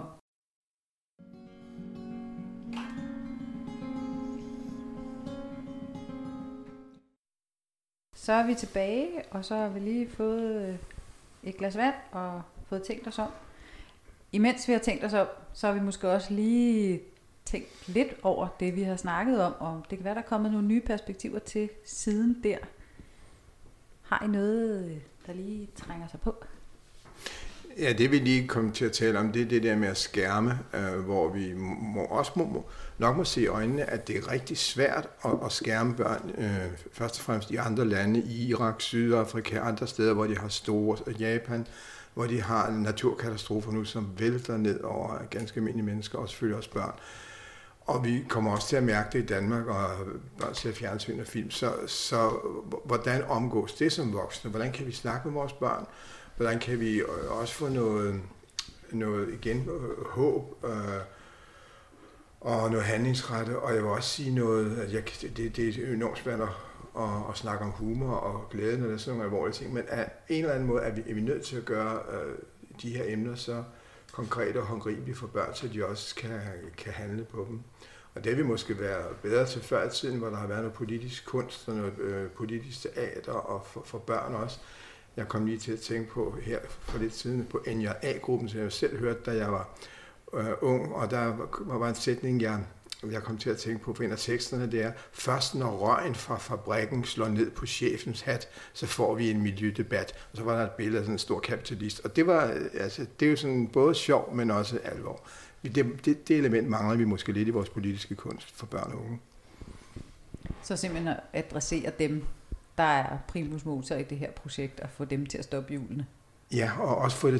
Så er vi tilbage, og så har vi lige fået et glas vand og fået tænkt os om. Imens vi har tænkt os om, så har vi måske også lige tænkt lidt over det, vi har snakket om, og det kan være, der er kommet nogle nye perspektiver til siden der. Har I noget, der lige trænger sig på? Ja, det vi lige kom til at tale om, det er det der med at skærme, hvor vi nok må se i øjnene, at det er rigtig svært at skærme børn, først og fremmest i andre lande, i Irak, Sydafrika, andre steder, hvor de har store, Japan, hvor de har naturkatastrofer nu, som vælter ned over ganske almindelige mennesker, og selvfølgelig også børn. Og vi kommer også til at mærke det i Danmark, og børn ser fjernsyn og film. Så hvordan omgås det som voksne? Hvordan kan vi snakke med vores børn? Hvordan kan vi også få noget igen, håb og noget handlingsrette? Og jeg vil også sige noget, at det er enormt svært at snakke om humor og glæde, når der er sådan nogle alvorlige ting, men af en eller anden måde er vi nødt til at gøre de her emner så konkrete og håndgribelige for børn, så de også kan handle på dem. Og det vil måske være bedre til før i tiden, hvor der har været noget politisk kunst og noget politisk teater og for børn også. Jeg kom lige til at tænke på her for lidt siden på NJA-gruppen, som jeg selv hørte, da jeg var ung, og der var en sætning, jeg kom til at tænke på en af teksterne, det er: først når røgen fra fabrikken slår ned på chefens hat, så får vi en miljødebat. Og så var der et billede af sådan en stor kapitalist. Og det var, altså, det er jo sådan både sjov, men også alvor. Det element mangler vi måske lidt i vores politiske kunst for børn og unge. Så simpelthen at adressere dem, der er primus motor i det her projekt, og få dem til at stoppe hjulene. Ja, og også få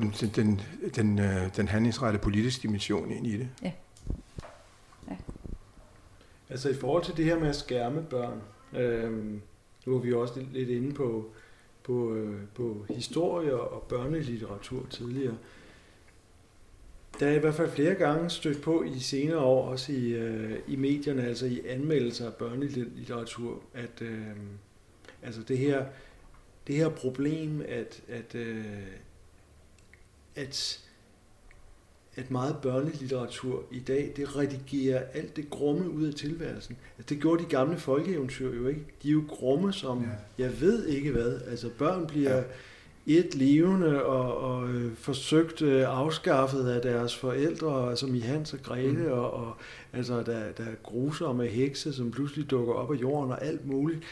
den handlingsrette politiske dimension ind i det. Ja. Altså i forhold til det her med at skærme børn, nu er vi også lidt inde på historie og børnelitteratur tidligere. Der er i hvert fald flere gange stødt på i senere år, også i medierne, altså i anmeldelser af børnelitteratur, at altså det her problem, at meget børnelitteratur i dag, det redigerer alt det grumme ud af tilværelsen. Altså, det gjorde de gamle folkeeventyr jo ikke. De er jo grumme som, jeg ved ikke hvad. Altså børn bliver et levende og forsøgt afskaffet af deres forældre, som i Hans og Grete, og altså der er grusomme hekse, som pludselig dukker op af jorden og alt muligt.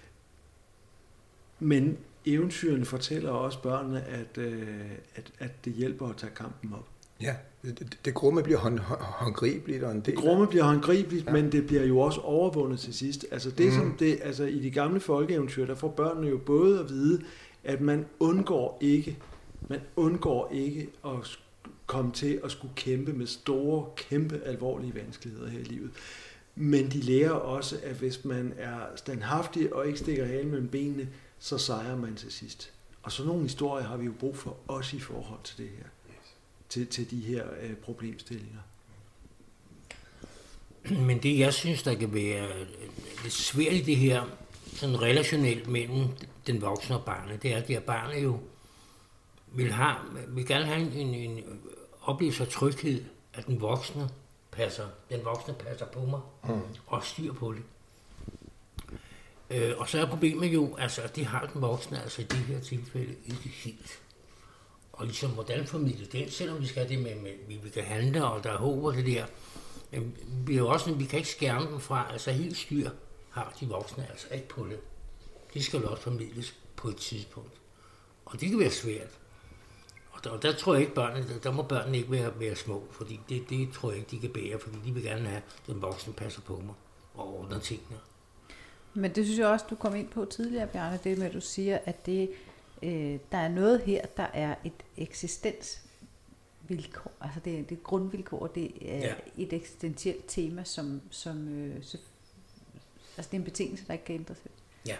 Men eventyrene fortæller også børnene, at det hjælper at tage kampen op. Ja, det grumme bliver håndgribeligt. Det grumme bliver håndgribeligt, men det bliver jo også overvundet til sidst. Altså det som det, altså i de gamle folkeeventyr, der får børnene jo både at vide, at man undgår ikke at komme til at skulle kæmpe med store, kæmpe alvorlige vanskeligheder her i livet. Men de lærer også, at hvis man er standhaftig og ikke stikker halen mellem benene, så sejrer man til sidst. Og sådan nogle historier har vi jo brug for også i forhold til det her. Til de her problemstillinger. Men det, jeg synes, der kan være lidt svært i det her, sådan relationelt mellem den voksne og barnet, det er, at de her barnet jo vil gerne have en oplevelse af tryghed, at den voksne passer på mig og styr på det. Og så er problemet jo, altså, at det har den voksne, altså i det her tilfælde, ikke helt. Og ligesom, hvordan formidle det, selvom vi skal have det med vi kan handle, og der er håb og det der, vi kan ikke skærme dem fra, altså helt styr har de voksne altså ikke på det. Det skal jo også formidles på et tidspunkt. Og det kan være svært. Og der tror jeg ikke, der må børnene ikke være små, fordi det tror jeg ikke, de kan bære, fordi de vil gerne have, den voksne passer på mig og ordner tingene. Men det synes jeg også, du kom ind på tidligere, Bjarne, det med, at du siger, at der er noget her, der er et eksistensvilkår, altså det er et grundvilkår, det er et eksistentielt tema, som altså det er en betingelse, der ikke kan ændres. Ja.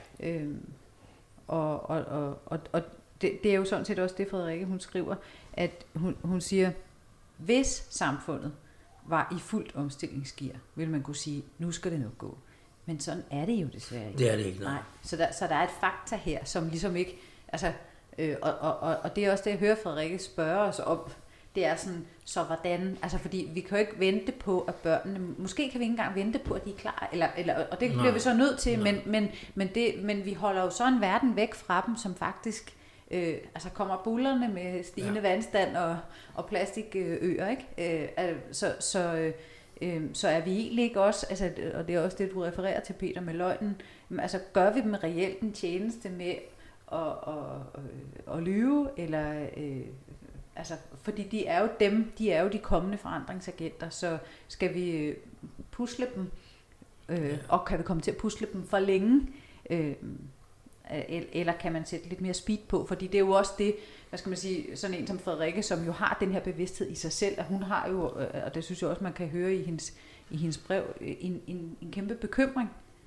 Og det er jo sådan set også det, Frederikke, hun skriver, at hun siger, hvis samfundet var i fuldt omstillingsgear, vil man kunne sige, nu skal det nok gå. Men sådan er det jo desværre ikke. Det er det ikke. Nej. Så der er et fakta her, som ligesom ikke, altså, og det er også det, jeg hører Frederikke spørge os om, det er sådan, så hvordan, altså fordi vi kan jo ikke vente på, at børnene, måske kan vi ikke engang vente på, at de er klar, eller og det bliver vi så nødt til, men vi holder jo så en verden væk fra dem, som faktisk, altså kommer bullerne med stigende vandstand og plastikøer, ikke? Så er vi egentlig ikke også, altså, og det er også det, du refererer til, Peter, med løgnen, altså gør vi dem reelt en tjeneste med at lyve, eller altså, fordi de er jo de kommende forandringsagenter, så skal vi pusle dem, og kan vi komme til at pusle dem for længe, eller kan man sætte lidt mere speed på, fordi det er jo også det, hvad skal man sige, sådan en som Frederikke, som jo har den her bevidsthed i sig selv, at hun har jo, og det synes jeg også, man kan høre i hendes brev, en kæmpe bekymring,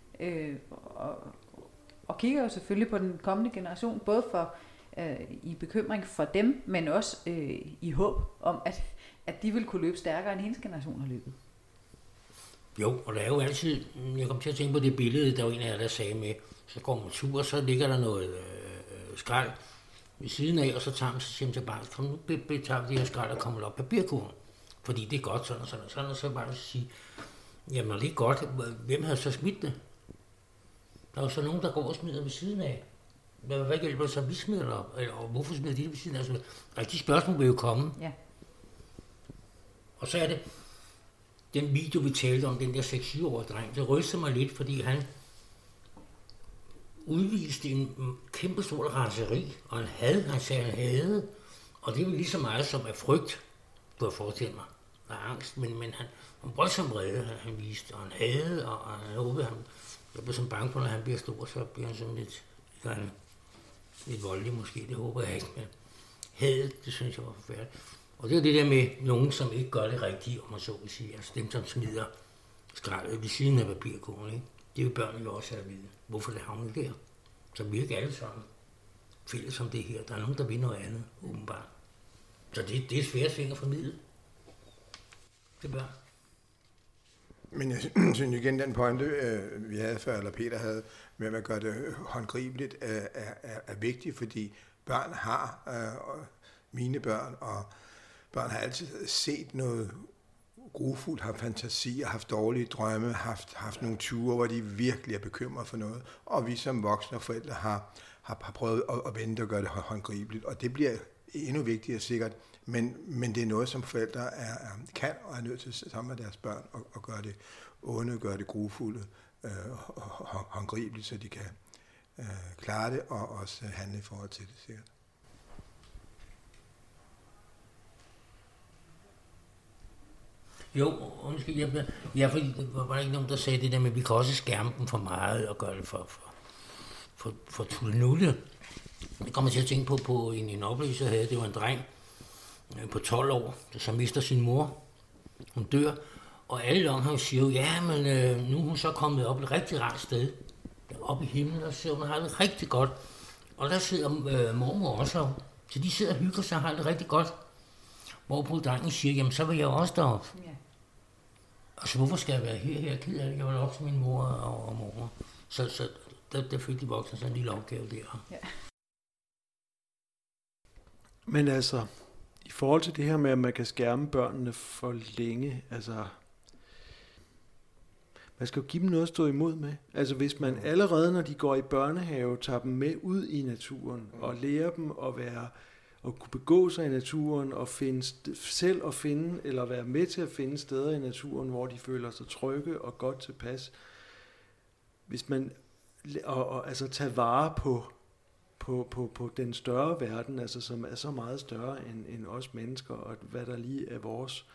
og kigger jo selvfølgelig på den kommende generation, både for i bekymring for dem, men også i håb om, at de vil kunne løbe stærkere, end hendes generation har løbet. Jo, og der er jo altid, jeg kom til at tænke på det billede, der var en af jer, der sagde med, så går man tur, så ligger der noget skrald ved siden af, og så tager man sig hjem til barnet, kom nu, tager det her skrald og kommer op papirkurven, fordi det er godt, sådan, og så bare at sige, Jamen, det er godt. Hvem har så smidt det? Der er jo så nogen, der går og smider ved siden af. Hvad hjælper det så, vi smider og hvorfor smider de det ved siden af? Altså, de spørgsmål vil jo komme. Ja. Og så er det, den video, vi talte om, den der 6-7-årige dreng, det rystede mig lidt, fordi han udviste en kæmpe stor raseri, og han sagde, han havde, og det er jo lige så meget som af frygt, du har fortalt mig, af angst, men han voldsomt vrede, han viste, og han havde, og han håbede, jeg blev så bange for, når han bliver stor, så bliver han sådan lidt voldelig måske, det håber jeg ikke, men hadet, det synes jeg var forfærdeligt. Og det er det der med nogen, som ikke gør det rigtige, om man så vil sige, altså dem, som smider skraldet ved siden af papirkurven, ikke? Det er jo børnene jo også at vide, hvorfor det havner der. Så vi er ikke alle sammen fælles som det her. Der er nogen, der vil noget andet, åbenbart. Så det er svært ting at formidle. Det børn. Men jeg synes igen, den pointe, vi havde før, eller Peter havde, med at gøre det håndgribeligt, er vigtig, fordi børn har, mine børn og børn har altid set noget grufuldt, haft fantasier, haft dårlige drømme, haft nogle ture, hvor de virkelig er bekymret for noget. Og vi som voksne og forældre har prøvet at vente og gøre det håndgribeligt. Og det bliver endnu vigtigere sikkert, men det er noget, som forældre kan og er nødt til sammen med deres børn at gøre det onde, gøre det grufulde håndgribeligt, så de kan klare det og også handle i forhold til det sikkert. Jo, undskyld, fordi var der ikke nogen, der sagde det der med, at vi kan også skærme dem for meget og gøre det for tullenulle. Jeg kommer til at tænke på en oplevelse, jeg havde. Det var en dreng på 12 år, der så mister sin mor. Hun dør, og alle omkring siger jo, ja, men nu er hun så kommet op et rigtig rart sted. Oppe i himlen, og så hun har det rigtig godt. Og der sidder mormor også, så de sidder og hygger sig og har det rigtig godt. Hvorpå drengen siger, jamen så vil jeg også derop. Ja. Altså hvorfor skal jeg være her? Jeg er ked af det. Jeg vil op til min mor og mor. Så der fik de voksne sådan en lille opgave der. Ja. Men altså, i forhold til det her med, at man kan skærme børnene for længe, altså, man skal jo give dem noget at stå imod med. Altså hvis man allerede, når de går i børnehave, tager dem med ud i naturen og lærer dem at være og kunne begå sig i naturen og finde eller være med til at finde steder i naturen, hvor de føler sig trygge og godt tilpas. Hvis man altså tager vare på den større verden, altså som er så meget større end os mennesker, og hvad der lige er vores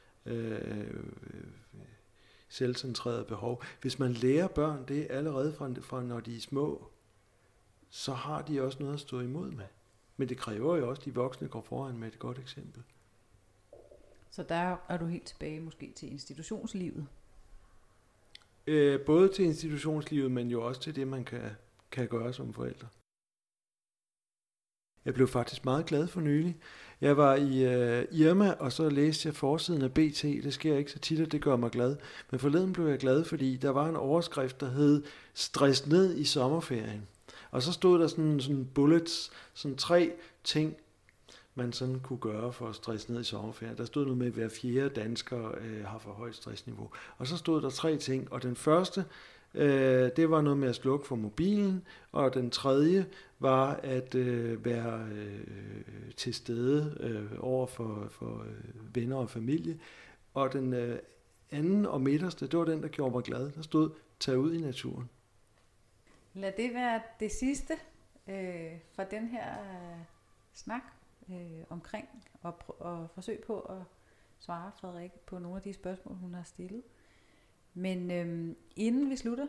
selvcentrerede behov. Hvis man lærer børn det allerede fra når de er små, så har de også noget at stå imod med. Men det kræver jo også, at de voksne går foran med et godt eksempel. Så der er du helt tilbage måske til institutionslivet? Både til institutionslivet, men jo også til det, man kan gøre som forældre. Jeg blev faktisk meget glad for nylig. Jeg var i Irma, og så læste jeg forsiden af BT. Det sker ikke så tit, at det gør mig glad. Men forleden blev jeg glad, fordi der var en overskrift, der hed "Stress ned i sommerferien". Og så stod der sådan bullets, sådan 3 ting, man sådan kunne gøre for at stresse ned i sommerferien. Der stod noget med, at hver 4. dansker har for højt stressniveau. Og så stod der 3 ting, og den første, det var noget med at slukke for mobilen, og den tredje var at være til stede over for venner og familie. Og den anden og midterste, det var den, der gjorde mig glad. Der stod, tag ud i naturen. Lad det være det sidste fra den her snak omkring og forsøg på at svare Frederikke på nogle af de spørgsmål, hun har stillet. Men inden vi slutter,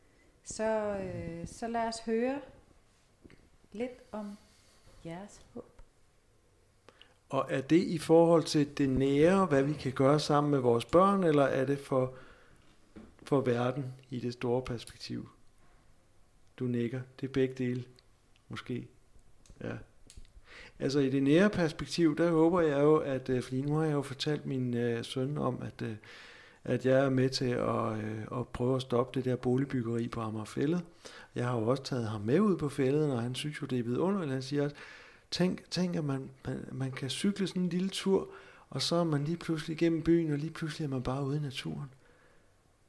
så lad os høre lidt om jeres håb. Og er det i forhold til det nære, hvad vi kan gøre sammen med vores børn, eller er det for verden i det store perspektiv? Du nikker. Det er begge dele, måske. Ja. Altså i det nære perspektiv, der håber jeg jo, fordi nu har jeg jo fortalt min søn om, at jeg er med til at prøve at stoppe det der boligbyggeri på Amagerfælled. Jeg har jo også taget ham med ud på fælden, og han synes jo, det er vidunderligt. Han siger, tænk at man kan cykle sådan en lille tur, og så er man lige pludselig igennem byen, og lige pludselig er man bare ude i naturen.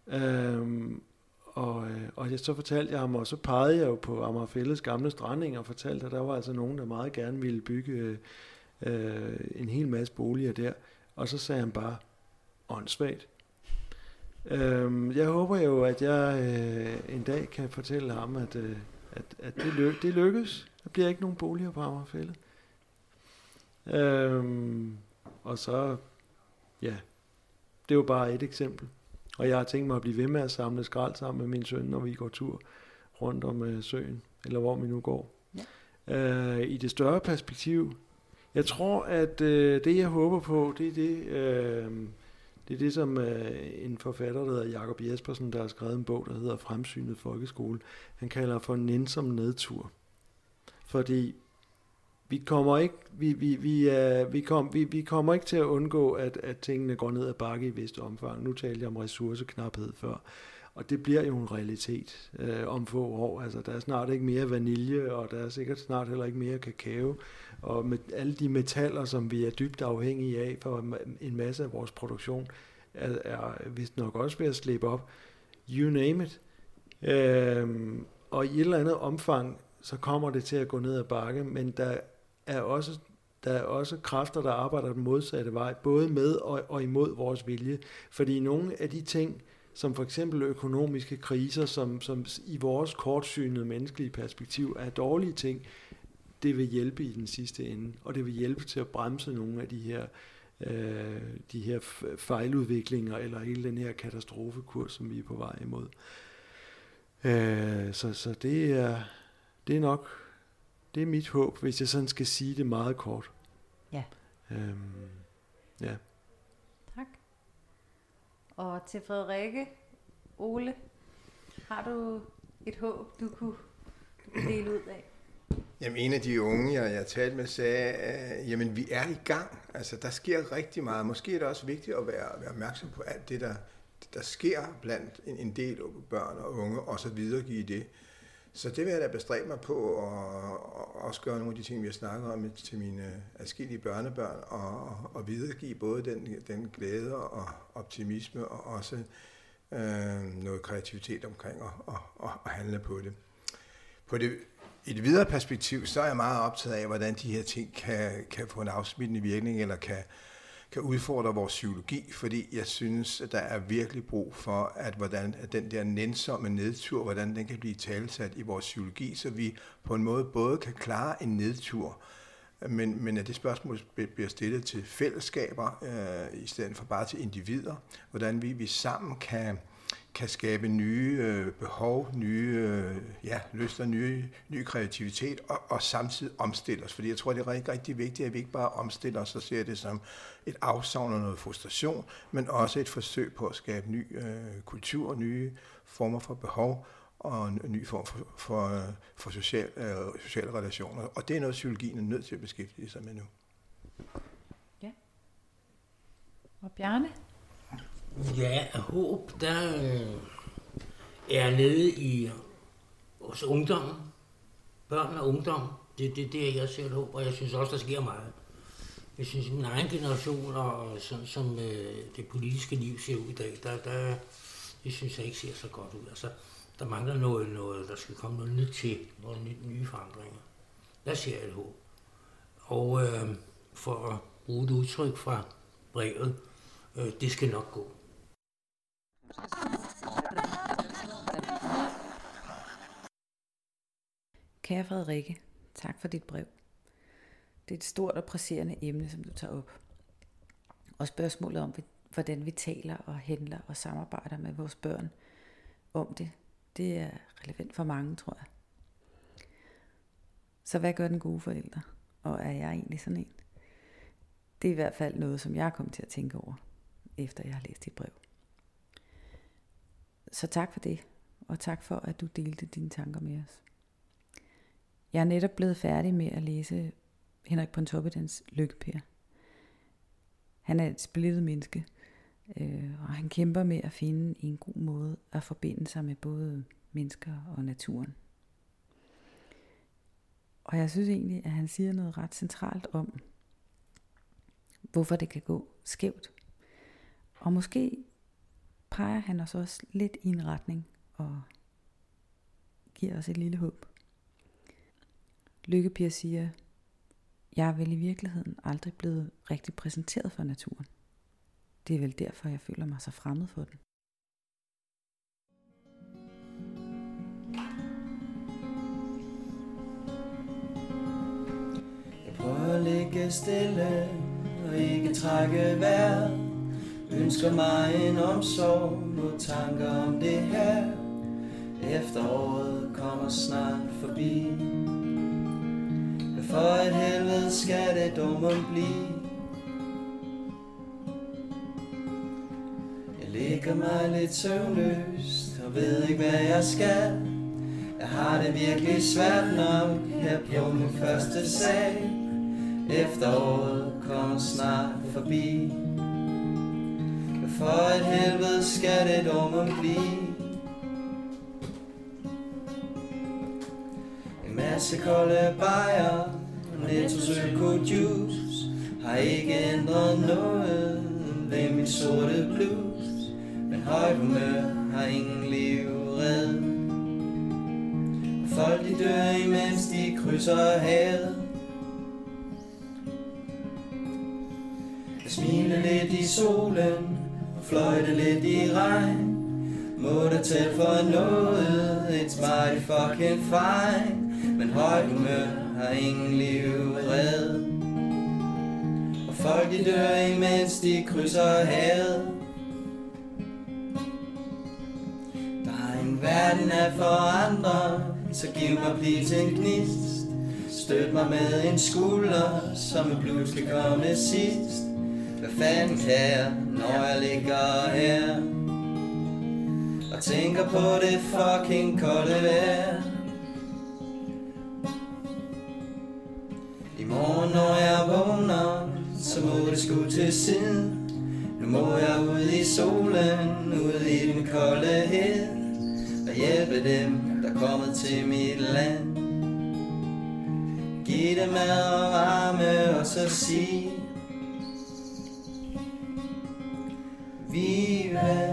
Og så fortalte jeg ham, og så pegede jeg jo på Amagerfælleds gamle stranding og fortalte, at der var altså nogen, der meget gerne ville bygge en hel masse boliger der. Og så sagde han bare, åndssvagt. Jeg håber jo, at jeg en dag kan fortælle ham, at det lykkes. Der bliver ikke nogen boliger på Amagerfælled. Og så, ja, det er jo bare et eksempel. Og jeg har tænkt mig at blive ved med at samle skrald sammen med min søn, når vi går tur rundt om søen, eller hvor vi nu går. Ja. I det større perspektiv, jeg tror, at det jeg håber på, det er det, som en forfatter, der hedder Jakob Jespersen, der har skrevet en bog, der hedder Fremsynet Folkeskole, han kalder for nænsom nedtur. Fordi vi kommer ikke til at undgå, at tingene går ned ad bakke i vist omfang. Nu talte jeg om ressourceknaphed før, og det bliver jo en realitet om få år. Altså, der er snart ikke mere vanilje, og der er sikkert snart heller ikke mere kakao. Og med alle de metaller, som vi er dybt afhængige af for en masse af vores produktion, er vist nok også ved at slippe op. You name it. Og i et eller andet omfang, så kommer det til at gå ned ad bakke, men der er også kræfter, der arbejder den modsatte vej, både med og imod vores vilje. Fordi nogle af de ting, som for eksempel økonomiske kriser, som i vores kortsynede menneskelige perspektiv er dårlige ting, det vil hjælpe i den sidste ende, og det vil hjælpe til at bremse nogle af de her fejludviklinger, eller hele den her katastrofekurs, som vi er på vej imod. Så det er nok, det er mit håb, hvis jeg sådan skal sige det meget kort. Ja. Ja. Tak. Og til Frederikke, Ole, har du et håb, du kunne dele ud af? Jamen, en af de unge, jeg talte med, sagde, jamen, vi er i gang. Altså, der sker rigtig meget. Måske er det også vigtigt at være opmærksom på alt det, der sker blandt en del børn og unge, og så videregive det. Så det vil jeg da bestræbe mig på, og også gøre nogle af de ting, vi har snakket om til mine adskillige børnebørn, og videregive både den glæde og optimisme, og også noget kreativitet omkring at handle på det. I det videre perspektiv, så er jeg meget optaget af, hvordan de her ting kan få en afsmittende virkning, eller kan udfordre vores psykologi, fordi jeg synes, at der er virkelig brug for, at den der nænsomme nedtur, hvordan den kan blive talsat i vores psykologi, så vi på en måde både kan klare en nedtur, men at det spørgsmål bliver stillet til fællesskaber, i stedet for bare til individer, hvordan vi sammen kan skabe nye behov, nye lyster, ny kreativitet, og samtidig omstille os. Fordi jeg tror, det er rigtig, rigtig vigtigt, at vi ikke bare omstiller os og ser det som et afsavn og noget frustration, men også et forsøg på at skabe ny kultur, nye former for behov, og en ny form for sociale relationer. Og det er noget, psykologien er nødt til at beskæftige sig med nu. Ja. Og Bjarne? Ja, håb, der er nede i hos ungdommen, børn og ungdom. Det er det, jeg ser et håb, og jeg synes også, der sker meget. Jeg synes, min egen generation, og sådan som det politiske liv ser ud i dag, det synes jeg ikke ser så godt ud. Altså, der mangler noget, der skal komme noget nyt til, nogle nye forandringer. Der ser jeg et håb. Og for at bruge et udtryk fra brevet, det skal nok gå. Kære Frederikke, tak for dit brev. Det er et stort og presserende emne, som du tager op. Og spørgsmålet om, hvordan vi taler og handler og samarbejder med vores børn om det er relevant for mange, tror jeg. Så hvad gør den gode forælder? Og er jeg egentlig sådan en? Det er i hvert fald noget, som jeg er kommet til at tænke over, efter jeg har læst dit brev. Så tak for det, og tak for, at du delte dine tanker med os. Jeg er netop blevet færdig med at læse Henrik Pontoppidans Lykke-Per. Han er et splittet menneske, og han kæmper med at finde en god måde at forbinde sig med både mennesker og naturen. Og jeg synes egentlig, at han siger noget ret centralt om, hvorfor det kan gå skævt. Og måske peger han os også lidt i en retning og giver os et lille håb. Lykke-Per siger, jeg er vel i virkeligheden aldrig blevet rigtig præsenteret for naturen. Det er vel derfor, jeg føler mig så fremmed for den. Jeg prøver at ligge stille og ikke trække vejret. Ønsker mig en omsorg, nu tanker om det her. Efteråret kommer snart forbi. For et helvede skal det dumme blive. Jeg ligger mig lidt søvnløst og ved ikke hvad jeg skal. Jeg har det virkelig svært nok her på min første sag. Efteråret kommer snart forbi. For et helvede skal det dumme blive. En masse kolde bajer og Nettos øko-juice har ikke ændret noget ved min sorte bluse. Men højt humør har ingen livred. Folk de dør imens de krydser havet. Jeg smiler lidt i solen og fløjte lidt i regn. Må der til for noget, it's mighty fucking fine. Men højt humør har ingen livred. Og folk de dør imens de krydser havet. Der er en verden af forandre, så giv mig please en gnist. Støt mig med en skulder, som et blues skal komme sidst. Hvad fanden kan jeg, når jeg ligger her og tænker på det fucking kolde vejr. I morgen når jeg vågner, så må det sgu til siden. Nu må jeg ud i solen, ud i den kolde hed, og hjælpe dem, der er kommet til mit land. Giv dem mad og varme, og så sig Viva